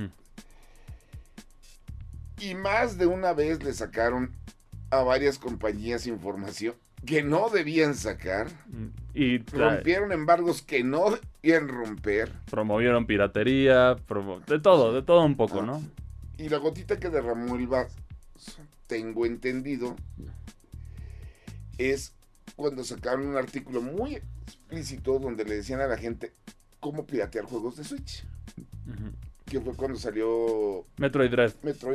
Y más de una vez le sacaron a varias compañías información que no debían sacar. Y rompieron embargos que no debían romper. Promovieron piratería, de todo un poco, ¿no? Y la gotita que derramó el vaso, tengo entendido, es cuando sacaron un artículo muy explícito donde le decían a la gente cómo piratear juegos de Switch. Que fue cuando salió Metroid Dread.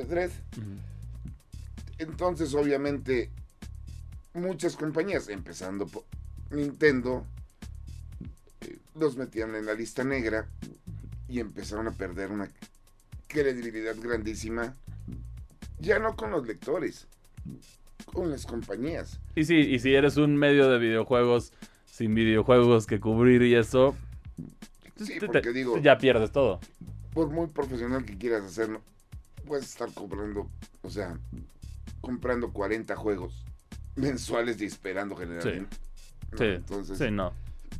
Entonces, obviamente, muchas compañías, empezando por Nintendo, los metían en la lista negra y empezaron a perder una credibilidad grandísima, ya no con los lectores, con las compañías. Y si eres un medio de videojuegos sin videojuegos que cubrir y eso, sí, porque digo, ya pierdes todo. Por muy profesional que quieras hacerlo, puedes estar comprando, o sea, comprando 40 juegos mensuales y esperando generalmente. ¿No? Sí, Entonces, sí, no.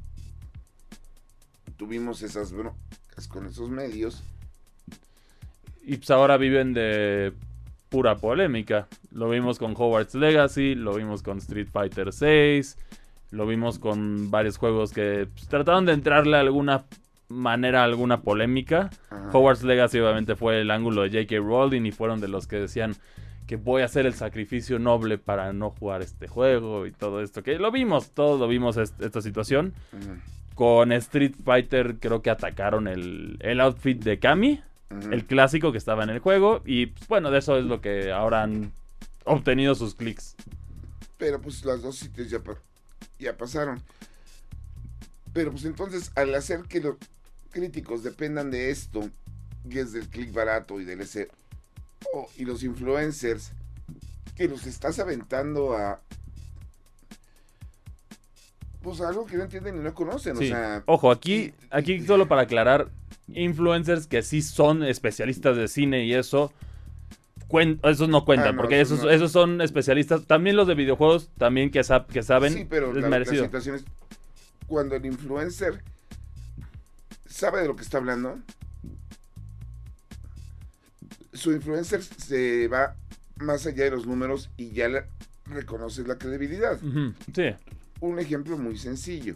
tuvimos esas broncas con esos medios. Y pues ahora viven de pura polémica. Lo vimos con Hogwarts Legacy, lo vimos con Street Fighter 6, lo vimos con varios juegos que pues, trataron de entrarle a alguna manera, alguna polémica. Ajá. Hogwarts Legacy obviamente fue el ángulo de J.K. Rowling y fueron de los que decían que voy a hacer el sacrificio noble para no jugar este juego y todo esto. Que lo vimos, todos lo vimos esta situación. Ujú. Con Street Fighter creo que atacaron el outfit de Kami. Ujú. El clásico que estaba en el juego. Y pues, bueno, de eso es lo que ahora han obtenido sus clics. Pero pues las dos sitios ya pasaron. Pero pues entonces, al hacer que los críticos dependan de esto, que es del click barato y del SEO, y los influencers, que los estás aventando a pues algo que no entienden y no conocen. Sí. O sea, Ojo, aquí solo para aclarar, influencers que sí son especialistas de cine y eso, esos no cuentan, no, porque esos no. esos son especialistas. También los de videojuegos, también que saben, sí, pero es la merecido. situación es cuando el influencer sabe de lo que está hablando, su influencer se va más allá de los números y ya reconoces la credibilidad. Ujú, sí. Un ejemplo muy sencillo.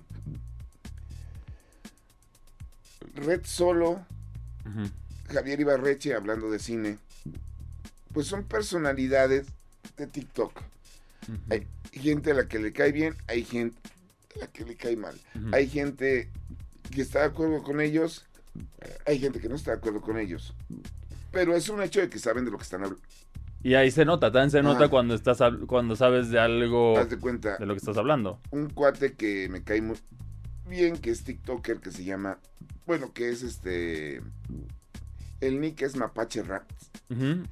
Red Solo, Ujú. Javier Ibarreche, hablando de cine, pues son personalidades de TikTok. Ujú. Hay gente a la que le cae bien, hay gente a la que le cae mal. Ujú. Hay gente que está de acuerdo con ellos, hay gente que no está de acuerdo con ellos. Pero es un hecho de que saben de lo que están hablando. Y ahí se nota, también se nota Ah. cuando sabes de algo Haz de cuenta, de lo que estás hablando. un cuate que me cae muy bien, que es TikToker, que se llama, bueno, que es el nick es Mapache Rats. Ujú.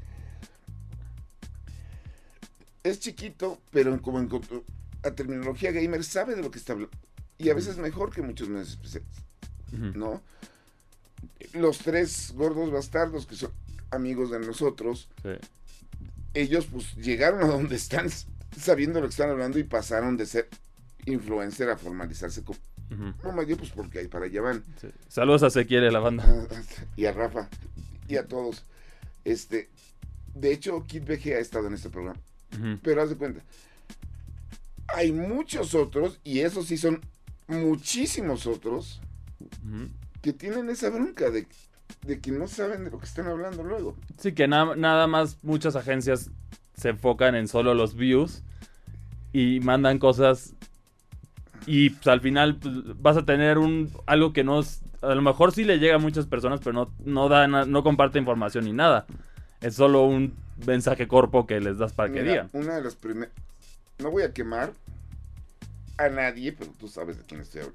Es chiquito, pero como en cuanto a terminología gamer, sabe de lo que está hablando. Y a veces mejor que muchos medios especiales, Ujú. ¿no? Los tres gordos bastardos que son amigos de nosotros, Sí. ellos pues llegaron a donde están sabiendo lo que están hablando y pasaron de ser influencer a formalizarse como Ujú. medio, pues porque ahí para allá van. Sí. Saludos a Ezequiel y la banda. Y a Rafa y a todos. De hecho, Kid BG ha estado en este programa. Ujú. Pero haz de cuenta, hay muchos otros, y esos sí son muchísimos otros, Ujú. que tienen esa bronca de que no saben de lo que están hablando luego. Sí, que nada más muchas agencias se enfocan en solo los views y mandan cosas y pues, al final pues, vas a tener algo que no es, a lo mejor sí le llega a muchas personas, pero no comparte información ni nada. Es solo un mensaje corpo que les das para que Mira, digan. una de las primeras, no voy a quemar a nadie, pero tú sabes de quién estoy hablando.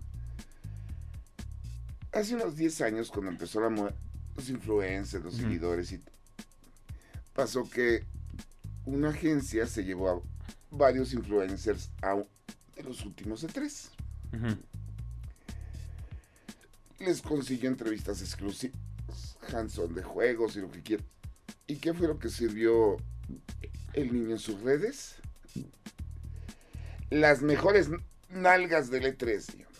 Hace unos 10 años, cuando empezó la moda, los influencers, los Ujú. seguidores, y pasó que una agencia se llevó a varios influencers de los últimos E3. Ujú. Les consiguió entrevistas exclusivas, hands-on de juegos y lo que quieran. ¿Y qué fue lo que sirvió el niño en sus redes? Las mejores nalgas del E3. Tío.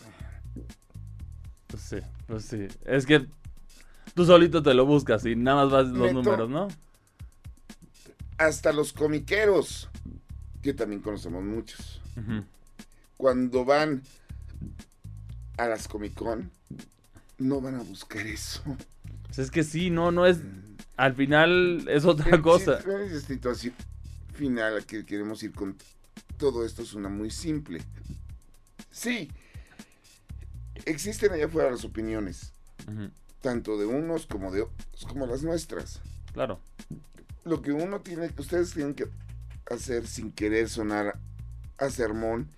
Pues sí. Es que tú solito te lo buscas y nada más vas los Neto. números, ¿no? Hasta los comiqueros, que también conocemos muchos, Ujú. cuando van a las Comic Con, no van a buscar eso. Pues es que sí, no es... Al final es otra cosa. La situación final a que queremos ir con todo esto es una muy simple. Sí, existen allá afuera las opiniones, Ujú. tanto de unos como de otros, como las nuestras. Claro. Lo que ustedes tienen que hacer sin querer sonar a sermón,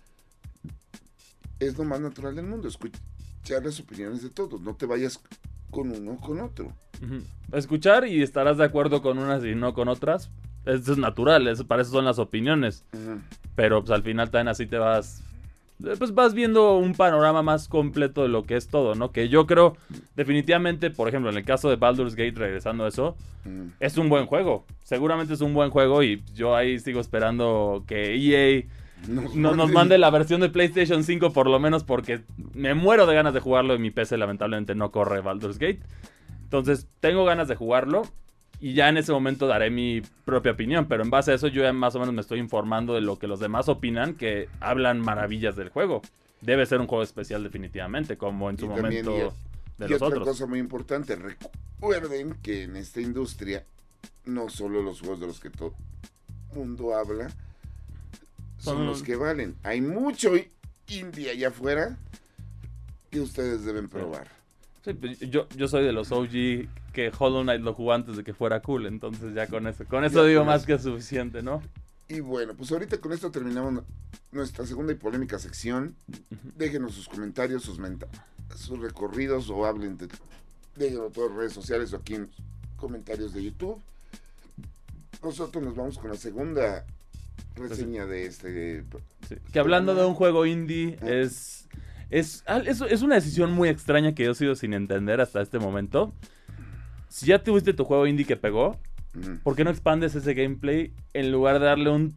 es lo más natural del mundo, escuchar las opiniones de todos, no te vayas con uno o con otro. Ujú. Escuchar y estarás de acuerdo con unas y no con otras. Eso es natural, para eso son las opiniones. Ujú. Pero pues al final también así te vas pues vas viendo un panorama más completo de lo que es todo, ¿no? Que yo creo, definitivamente, por ejemplo, en el caso de Baldur's Gate, regresando a eso, es un buen juego. Seguramente es un buen juego y yo ahí sigo esperando que EA nos mande la versión de PlayStation 5 por lo menos, porque me muero de ganas de jugarlo y mi PC lamentablemente no corre Baldur's Gate. Entonces, tengo ganas de jugarlo. Y ya en ese momento daré mi propia opinión, pero en base a eso yo ya más o menos me estoy informando de lo que los demás opinan, que hablan maravillas del juego. Debe ser un juego especial definitivamente, como en su momento de los otros. Y otra cosa muy importante, recuerden que en esta industria, no solo los juegos de los que todo el mundo habla son los que valen. Hay mucho indie allá afuera que ustedes deben probar. Sí, pues yo soy de los OG que Hollow Knight lo jugó antes de que fuera cool, entonces ya con eso digo más que suficiente, ¿no? Y bueno, pues ahorita con esto terminamos nuestra segunda y polémica sección. Déjenos sus comentarios, sus recorridos, o hablen déjenos por redes sociales o aquí en los comentarios de YouTube. Nosotros nos vamos con la segunda reseña de este... Sí, que hablando de un juego indie, es una decisión muy extraña que yo sigo sin entender hasta este momento. Si ya tuviste tu juego indie que pegó, ¿por qué no expandes ese gameplay en lugar de darle un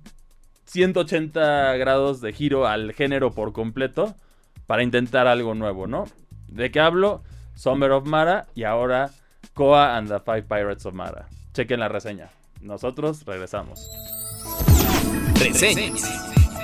180 grados de giro al género por completo para intentar algo nuevo, ¿no? ¿De qué hablo? Summer of Mara y ahora Koa and the Five Pirates of Mara. Chequen la reseña. Nosotros regresamos. Reseñas.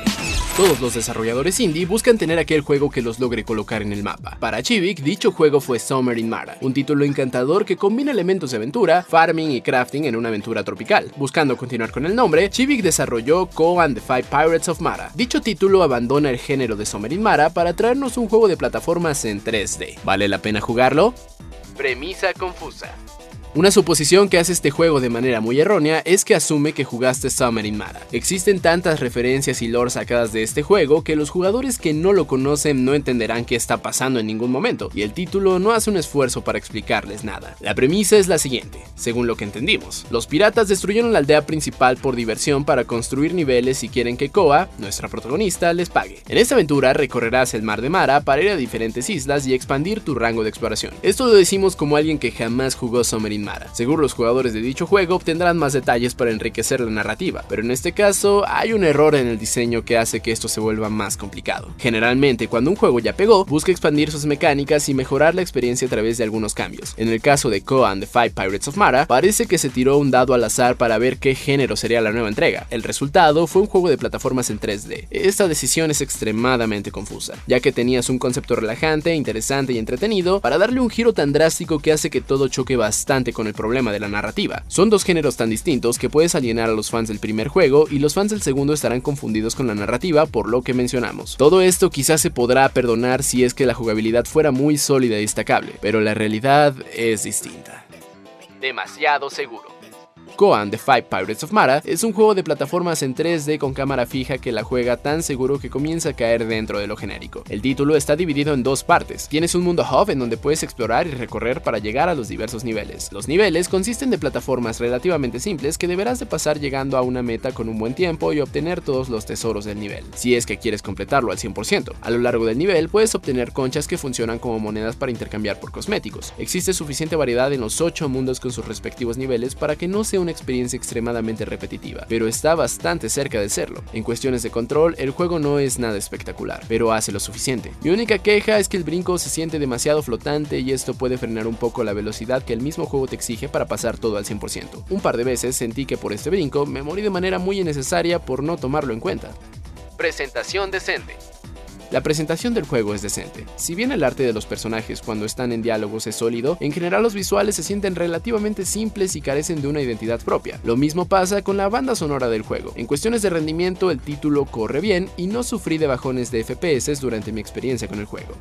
Todos los desarrolladores indie buscan tener aquel juego que los logre colocar en el mapa. Para Chivik, dicho juego fue Summer in Mara, un título encantador que combina elementos de aventura, farming y crafting en una aventura tropical. Buscando continuar con el nombre, Chivik desarrolló Koa and the Five Pirates of Mara. Dicho título abandona el género de Summer in Mara para traernos un juego de plataformas en 3D. ¿Vale la pena jugarlo? Premisa confusa. Una suposición que hace este juego de manera muy errónea es que asume que jugaste Summer in Mara. Existen tantas referencias y lore sacadas de este juego que los jugadores que no lo conocen no entenderán qué está pasando en ningún momento, y el título no hace un esfuerzo para explicarles nada. La premisa es la siguiente, según lo que entendimos. Los piratas destruyeron la aldea principal por diversión para construir niveles y quieren que Koa, nuestra protagonista, les pague. En esta aventura recorrerás el mar de Mara para ir a diferentes islas y expandir tu rango de exploración. Esto lo decimos como alguien que jamás jugó Summer in Mara. Seguro los jugadores de dicho juego obtendrán más detalles para enriquecer la narrativa, pero en este caso hay un error en el diseño que hace que esto se vuelva más complicado. Generalmente, cuando un juego ya pegó, busca expandir sus mecánicas y mejorar la experiencia a través de algunos cambios. En el caso de Koa and the Five Pirates of Mara, parece que se tiró un dado al azar para ver qué género sería la nueva entrega. El resultado fue un juego de plataformas en 3D. Esta decisión es extremadamente confusa, ya que tenías un concepto relajante, interesante y entretenido para darle un giro tan drástico que hace que todo choque bastante con el problema de la narrativa. Son dos géneros tan distintos que puedes alienar a los fans del primer juego y los fans del segundo estarán confundidos con la narrativa por lo que mencionamos. Todo esto quizás se podrá perdonar si es que la jugabilidad fuera muy sólida y destacable, pero la realidad es distinta. Demasiado seguro. Koa and the Five Pirates of Mara es un juego de plataformas en 3D con cámara fija que la juega tan seguro que comienza a caer dentro de lo genérico. El título está dividido en dos partes. Tienes un mundo hub en donde puedes explorar y recorrer para llegar a los diversos niveles. Los niveles consisten de plataformas relativamente simples que deberás de pasar llegando a una meta con un buen tiempo y obtener todos los tesoros del nivel, si es que quieres completarlo al 100%. A lo largo del nivel puedes obtener conchas que funcionan como monedas para intercambiar por cosméticos. Existe suficiente variedad en los 8 mundos con sus respectivos niveles para que no sea una experiencia extremadamente repetitiva, pero está bastante cerca de serlo. En cuestiones de control, el juego no es nada espectacular, pero hace lo suficiente. Mi única queja es que el brinco se siente demasiado flotante y esto puede frenar un poco la velocidad que el mismo juego te exige para pasar todo al 100%. Un par de veces sentí que por este brinco me morí de manera muy innecesaria por no tomarlo en cuenta. Presentación decente. La presentación del juego es decente. Si bien el arte de los personajes cuando están en diálogos es sólido, en general los visuales se sienten relativamente simples y carecen de una identidad propia. Lo mismo pasa con la banda sonora del juego. En cuestiones de rendimiento, el título corre bien y no sufrí de bajones de FPS durante mi experiencia con el juego.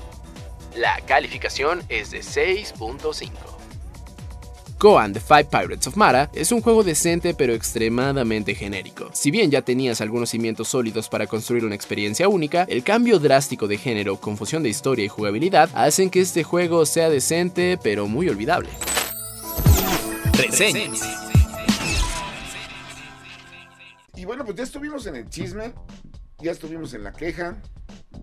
La calificación es de 6.5. Koa and the Five Pirates of Mara es un juego decente pero extremadamente genérico. Si bien ya tenías algunos cimientos sólidos para construir una experiencia única, el cambio drástico de género, confusión de historia y jugabilidad hacen que este juego sea decente pero muy olvidable. Reseñas. Y bueno, pues ya estuvimos en el chisme, ya estuvimos en la queja,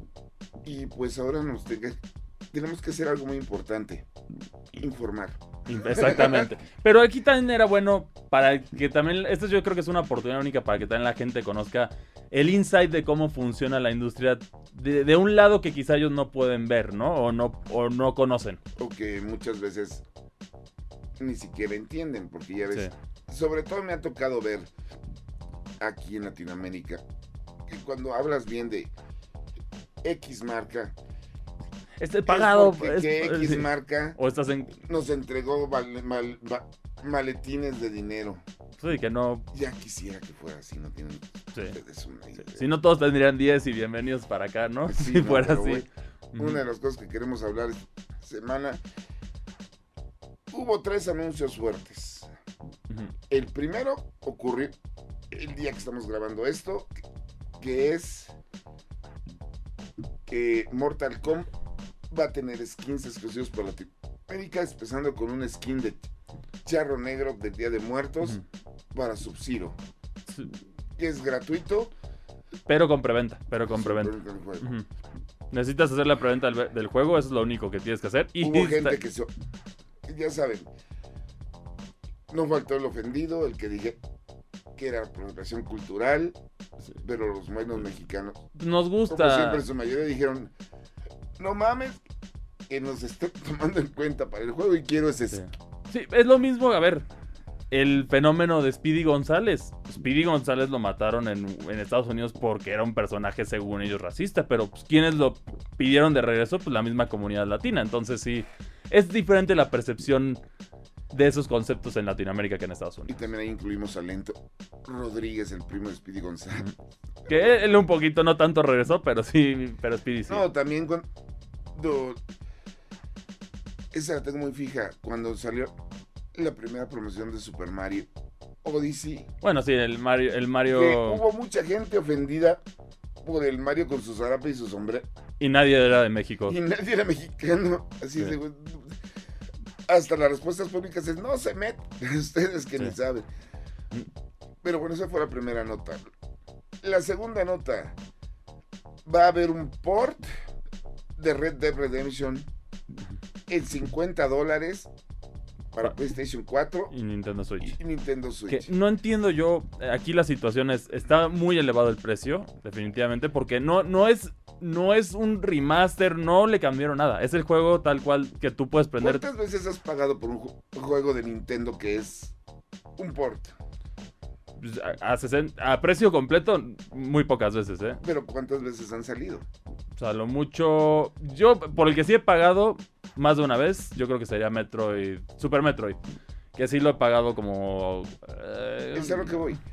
Y pues ahora tenemos que hacer algo muy importante, informar. Exactamente. Pero aquí también era bueno para que también, esto yo creo que es una oportunidad única para que también la gente conozca el insight de cómo funciona la industria de un lado que quizá ellos no pueden ver, ¿no? O no conocen. O que muchas veces ni siquiera entienden, porque ya ves, Sí. sobre todo me ha tocado ver aquí en Latinoamérica, que cuando hablas bien de X marca, Pagado. es porque que X sí. marca O estás en... nos entregó maletines de dinero. Sí, que no... Ya quisiera que fuera así, no tienen ustedes una idea. Si no, todos tendrían 10 y bienvenidos para acá, ¿no? Sí, Si no, fuera pero, así. güey, una de las cosas que queremos hablar esta semana, hubo 3 anuncios fuertes. El primero ocurrió el día que estamos grabando esto, que es que Mortal Kombat va a tener skins exclusivos para Latinoamérica, empezando con un skin de Charro Negro del Día de Muertos para Sub-Zero, Sí. que es gratuito. Pero con preventa. Necesitas hacer la preventa del juego, eso es lo único que tienes que hacer. Y Hubo gente que ya saben, no faltó el ofendido, el que dije que era apropiación cultural, pero los buenos mexicanos, nos como gusta. siempre en su mayoría, dijeron, no mames, que nos estén tomando en cuenta para el juego y quiero ese Sí. Sí, es lo mismo, a ver, el fenómeno de Speedy González. Speedy González lo mataron en Estados Unidos porque era un personaje, según ellos, racista, pero pues, ¿quiénes lo pidieron de regreso? Pues la misma comunidad latina. Entonces sí, es diferente la percepción de esos conceptos en Latinoamérica que en Estados Y Unidos. también ahí incluimos a Lento Rodríguez, el primo de Speedy González. Que él un poquito, no tanto regresó, pero sí, pero Speedy sí. No, también cuando... Esa la tengo muy fija, cuando salió la primera promoción de Super Mario Odyssey. Bueno, sí, el Mario... Que hubo mucha gente ofendida por el Mario con su zarape y su sombrero. Y nadie era de México. Y nadie era mexicano. Así Sí. de... Hasta las respuestas públicas es, no se meten, ustedes que Sí. ni saben. Pero bueno, esa fue la primera nota. La segunda nota, va a haber un port de Red Dead Redemption en $50 para PlayStation 4 Y Nintendo Switch. y Nintendo Que Switch. no entiendo yo, aquí la situación está muy elevado el precio, definitivamente, porque no es un remaster, no le cambiaron nada. Es el juego tal cual que tú puedes prender. ¿Cuántas veces has pagado por un juego de Nintendo que es un port? A precio completo, muy pocas veces, ¿eh? Pero ¿cuántas veces han salido? O sea, lo mucho... Yo, por el que sí he pagado más de una vez, yo creo que sería Metroid, Super Metroid. Que sí lo he pagado como... Es a lo que voy.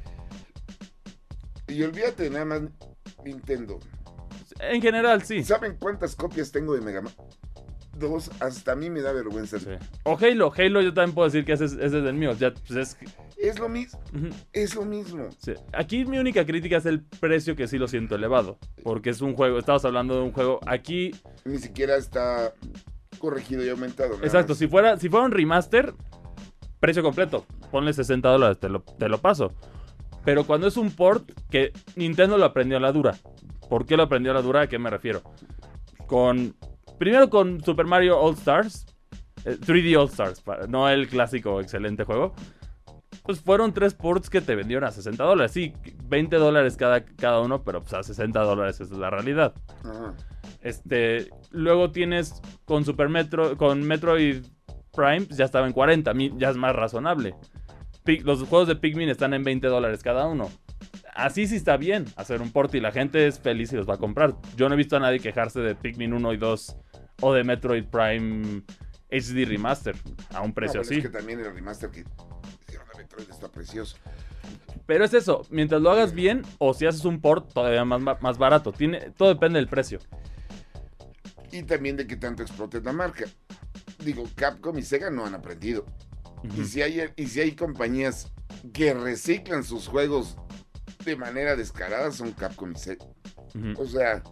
Y olvídate de nada más Nintendo. En general, sí. ¿Saben cuántas copias tengo de Mega Man 2? Hasta a mí me da vergüenza. Sí. O Halo yo también puedo decir que ese es del mío. Ya, pues Es lo mismo. Ujú. Es lo mismo. Sí. Aquí mi única crítica es el precio, que sí lo siento elevado. Porque es un juego, estamos hablando de un juego. Aquí, Ni siquiera está corregido y aumentado. nada exacto, más. si fuera un remaster, precio completo, ponle $60, te lo paso. Pero cuando es un port, que Nintendo lo aprendió a la dura. ¿Por qué lo aprendió a la dura? ¿A qué me refiero? Primero con Super Mario All Stars, 3D All Stars, no el clásico excelente juego. Pues fueron 3 ports que te vendieron a $60. Sí, $20 cada uno, pero pues a $60 esa es la realidad. Ajá. Luego tienes con con Metroid Prime, ya estaba en 40, ya es más razonable. Los juegos de Pikmin están en $20 cada uno. Así sí está bien hacer un port y la gente es feliz y los va a comprar. Yo no he visto a nadie quejarse de Pikmin 1 y 2 o de Metroid Prime HD Remaster a un precio No, pero así. es que también el remaster que hicieron de Metroid está precioso. Pero es eso, mientras lo hagas bien o si haces un port todavía más barato. Todo depende del precio. Y también de que tanto explotes la marca. Digo, Capcom y Sega no han aprendido. Ujú. Y si hay compañías que reciclan sus juegos de manera descarada, son Capcom y Sega. Ujú. O sea,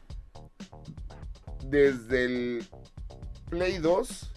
desde el Play 2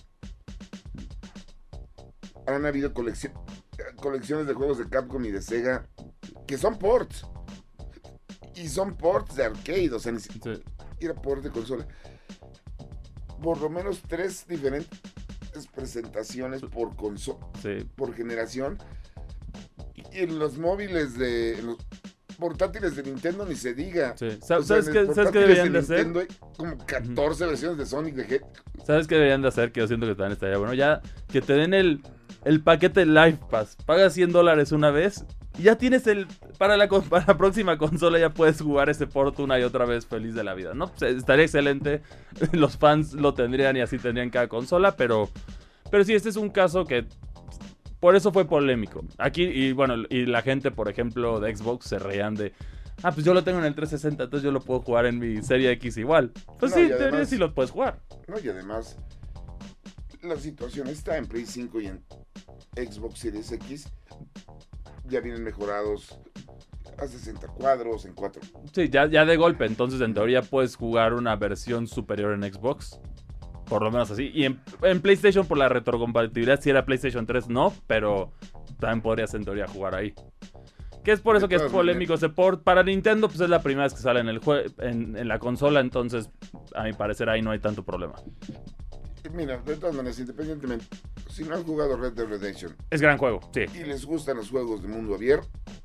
han habido colecciones de juegos de Capcom y de Sega que son ports. Y son ports de arcade, o sea, Sí. y era port de consola. Por lo menos 3 diferentes presentaciones por por generación. Y en los móviles en los portátiles de Nintendo ni se diga. Sí. ¿Sabes qué deberían de hacer? Hay como 14 versiones de Sonic de Hedgehog. ¿Sabes qué deberían de hacer? Que yo siento que también estaría bueno. Ya que te den el paquete Live Pass. Pagas $100 una vez. Y ya tienes para la próxima consola ya puedes jugar ese port una y otra vez feliz de la vida, ¿no? Pues estaría excelente. Los fans lo tendrían y así tendrían cada consola. Pero sí, este es un caso que... Por eso fue polémico. Aquí, y la gente, por ejemplo, de Xbox se reían de... pues yo lo tengo en el 360, entonces yo lo puedo jugar en mi Serie X igual. Pues sí, en teoría sí lo puedes jugar. No, y además, la situación está en Play 5 y en Xbox Series X. Ya vienen mejorados a 60 cuadros, en 4. Sí, ya de golpe. Entonces, en teoría, puedes jugar una versión superior en Xbox. Por lo menos así. Y en PlayStation, por la retrocompatibilidad, si era PlayStation 3, no. Pero también podrías, en teoría, jugar ahí. Que es por eso que es polémico ese port. Para Nintendo, pues es la primera vez que sale en la consola. Entonces, a mi parecer, ahí no hay tanto problema. Mira, de todas maneras, independientemente, si no han jugado Red Dead Redemption... Es gran juego, sí. Y les gustan los juegos de mundo abierto,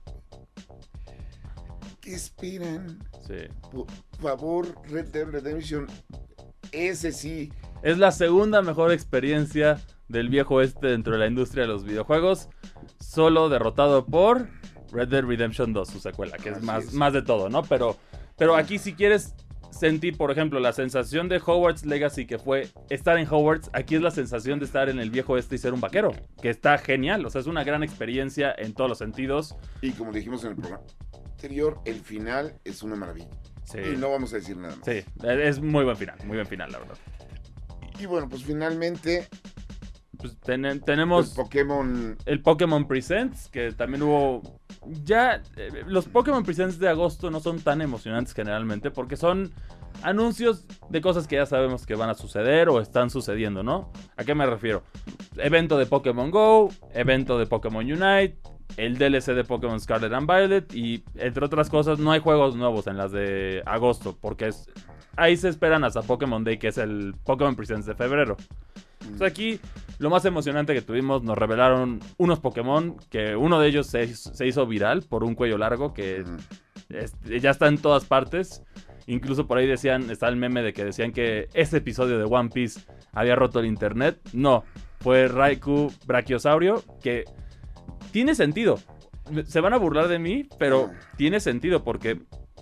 ¿qué esperan? Sí. Por favor, Red Dead Redemption, ese sí. Es la segunda mejor experiencia del viejo oeste dentro de la industria de los videojuegos. Solo derrotado por Red Dead Redemption 2, su secuela, que es más de todo, ¿no? Pero aquí si quieres... Sentir, por ejemplo, la sensación de Hogwarts Legacy, que fue estar en Hogwarts. Aquí es la sensación de estar en el viejo oeste y ser un vaquero, que está genial. O sea, es una gran experiencia en todos los sentidos. Y como dijimos en el programa anterior, el final es una maravilla. Sí. Y no vamos a decir nada más. Sí, es muy buen final, la verdad. Y bueno, pues finalmente... Pues tenemos el Pokémon Presents, que también hubo... Ya, los Pokémon Presents de agosto no son tan emocionantes generalmente, porque son anuncios de cosas que ya sabemos que van a suceder o están sucediendo, ¿no? ¿A qué me refiero? Evento de Pokémon Go, evento de Pokémon Unite, el DLC de Pokémon Scarlet and Violet y, entre otras cosas, no hay juegos nuevos en las de agosto, porque ahí se esperan hasta Pokémon Day, que es el Pokémon Presents de febrero. Entonces aquí lo más emocionante que tuvimos, nos revelaron unos Pokémon, que uno de ellos se hizo viral por un cuello largo que ya está en todas partes. Incluso por ahí está el meme de que decían que ese episodio de One Piece había roto el internet. No, fue Raikou Brachiosaurio, que tiene sentido. Se van a burlar de mí, pero tiene sentido porque...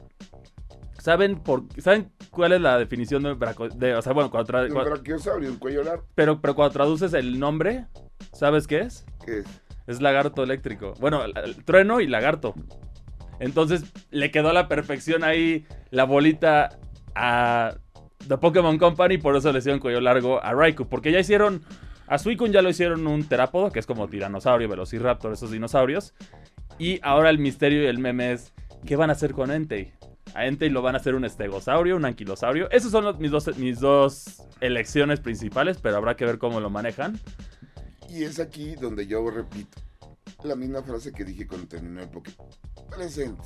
¿Saben cuál es la definición de o sea, bueno, un brachiosaurio, un cuello largo. Pero cuando traduces el nombre, ¿sabes qué es? ¿Qué es? Es lagarto eléctrico. Bueno, trueno y lagarto. Entonces, le quedó a la perfección ahí la bolita a The Pokémon Company, por eso le hicieron cuello largo a Raikou. Porque ya hicieron... A Suicune ya lo hicieron un terápodo, que es como tiranosaurio, velociraptor, esos dinosaurios. Y ahora el misterio y el meme es, ¿qué van a hacer con Entei? A Entei lo van a hacer un estegosaurio, un anquilosaurio. Esos son mis dos elecciones principales, pero habrá que ver cómo lo manejan. Y es aquí donde yo repito la misma frase que dije cuando terminó el Pokémon Presents.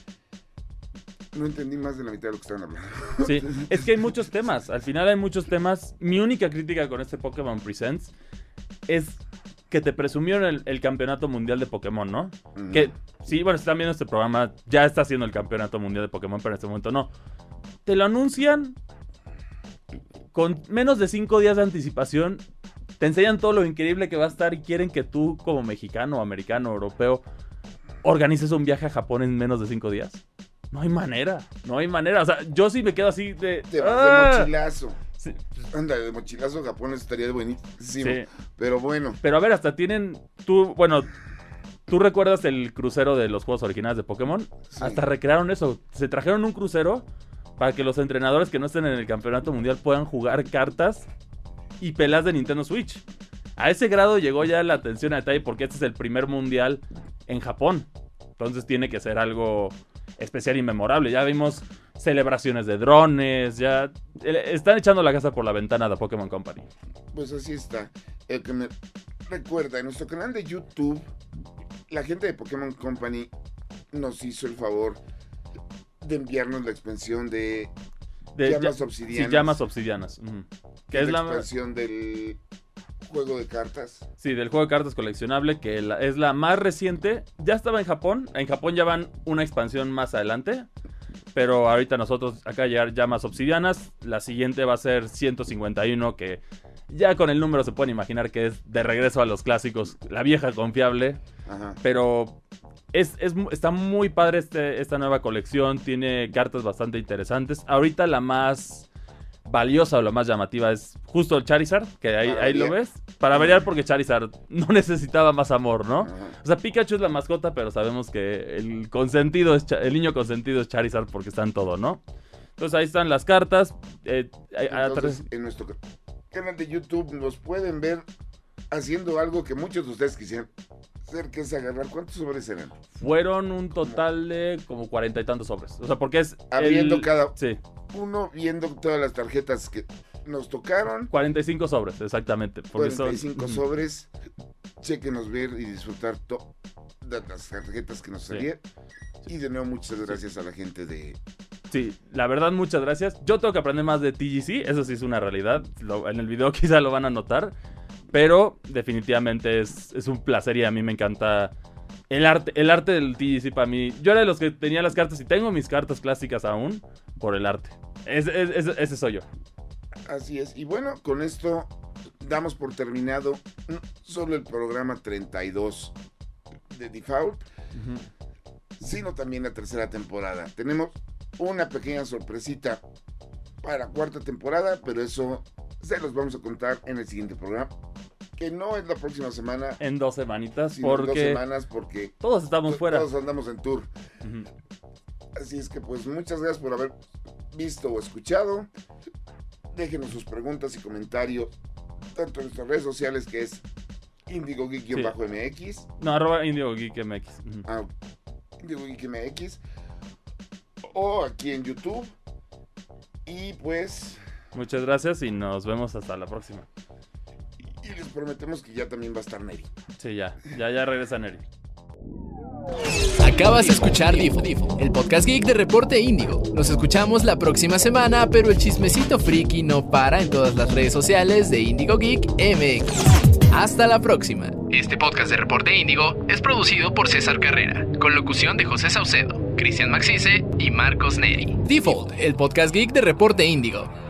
No entendí más de la mitad de lo que estaban hablando. Sí, es que hay muchos temas. Al final hay muchos temas. Mi única crítica con este Pokémon Presents es que te presumieron el campeonato mundial de Pokémon, ¿no? Que, sí, bueno, si están viendo este programa, ya está haciendo el campeonato mundial de Pokémon, pero en este momento no. Te lo anuncian con menos de 5 días de anticipación. Te enseñan todo lo increíble que va a estar y quieren que tú, como mexicano, americano, europeo, organices un viaje a Japón en menos de 5 días. No hay manera. O sea, yo sí me quedo así de... Te vas de mochilazo. Sí. Anda, de mochilazo a Japón estaría buenísimo. Sí. Pero bueno. Pero a ver, hasta tienen... ¿Tú recuerdas el crucero de los juegos originales de Pokémon? Sí. Hasta recrearon eso. Se trajeron un crucero para que los entrenadores que no estén en el campeonato mundial puedan jugar cartas y peleas de Nintendo Switch. A ese grado llegó ya la atención a detalle porque este es el primer mundial en Japón. Entonces tiene que ser algo especial y memorable. Ya vimos celebraciones de drones, ya están echando la casa por la ventana de Pokémon Company. Pues así está. El que me recuerda, en nuestro canal de YouTube, la gente de Pokémon Company nos hizo el favor de enviarnos la expansión de Llamas Obsidianas. Sí, Llamas Obsidianas. Que es la expansión del juego de cartas. Sí, del juego de cartas coleccionable, que es la más reciente. Ya estaba en Japón. En Japón ya van una expansión más adelante. Pero ahorita nosotros acá llegar Llamas Obsidianas. La siguiente va a ser 151, que ya con el número se pueden imaginar que es de regreso a los clásicos. La vieja confiable. Ajá. Pero está muy padre esta nueva colección. Tiene cartas bastante interesantes. Ahorita la más valiosa o la más llamativa es justo el Charizard, que ahí lo ves. Para variar, porque Charizard no necesitaba más amor, ¿no? Ajá. O sea, Pikachu es la mascota, pero sabemos que el niño consentido es Charizard porque está en todo, ¿no? Entonces ahí están las cartas. Entonces, en nuestro canal de YouTube nos pueden ver haciendo algo que muchos de ustedes quisieran hacer, que es agarrar. ¿Cuántos sobres eran? Fueron un total de como 40 y tantos sobres. O sea, porque es... Abriendo cada Sí. uno, viendo todas las tarjetas que nos tocaron. 45 sobres, exactamente. 45 sobres. Chequenos ver y disfrutar todas las tarjetas que nos salieron. Y de nuevo, muchas gracias a la gente de... Sí, la verdad, muchas gracias. Yo tengo que aprender más de TGC, eso sí es una realidad. En el video quizá lo van a notar. Pero definitivamente es un placer y a mí me encanta el arte del TGC para mí. Yo era de los que tenía las cartas y tengo mis cartas clásicas aún por el arte. Ese soy yo. Así es. Y bueno, con esto damos por terminado solo el programa 32 de Default, sino también la tercera temporada. Tenemos una pequeña sorpresita para cuarta temporada, pero eso se los vamos a contar en el siguiente programa, que no es la próxima semana. En 2 semanitas, sino en 2 semanas, porque todos estamos fuera. Todos andamos en tour. Así es que pues muchas gracias por haber visto o escuchado. Déjenos sus preguntas y comentarios tanto en nuestras redes sociales, que es IndigoGeek-MX. No, @IndigoGeekMX. IndigoGeekMX. O aquí en YouTube. Y pues... muchas gracias y nos vemos hasta la próxima. Y les prometemos que ya también va a estar Neri. Sí, ya regresa Neri. Acabas de escuchar Default, el podcast geek de Reporte Índigo. Nos escuchamos la próxima semana, pero el chismecito friki no para en todas las redes sociales de Indigo Geek MX. Hasta la próxima. Este podcast de Reporte Índigo es producido por César Carrera, con locución de José Saucedo, Cristian Maxice y Marcos Neri. Default, el podcast geek de Reporte Índigo.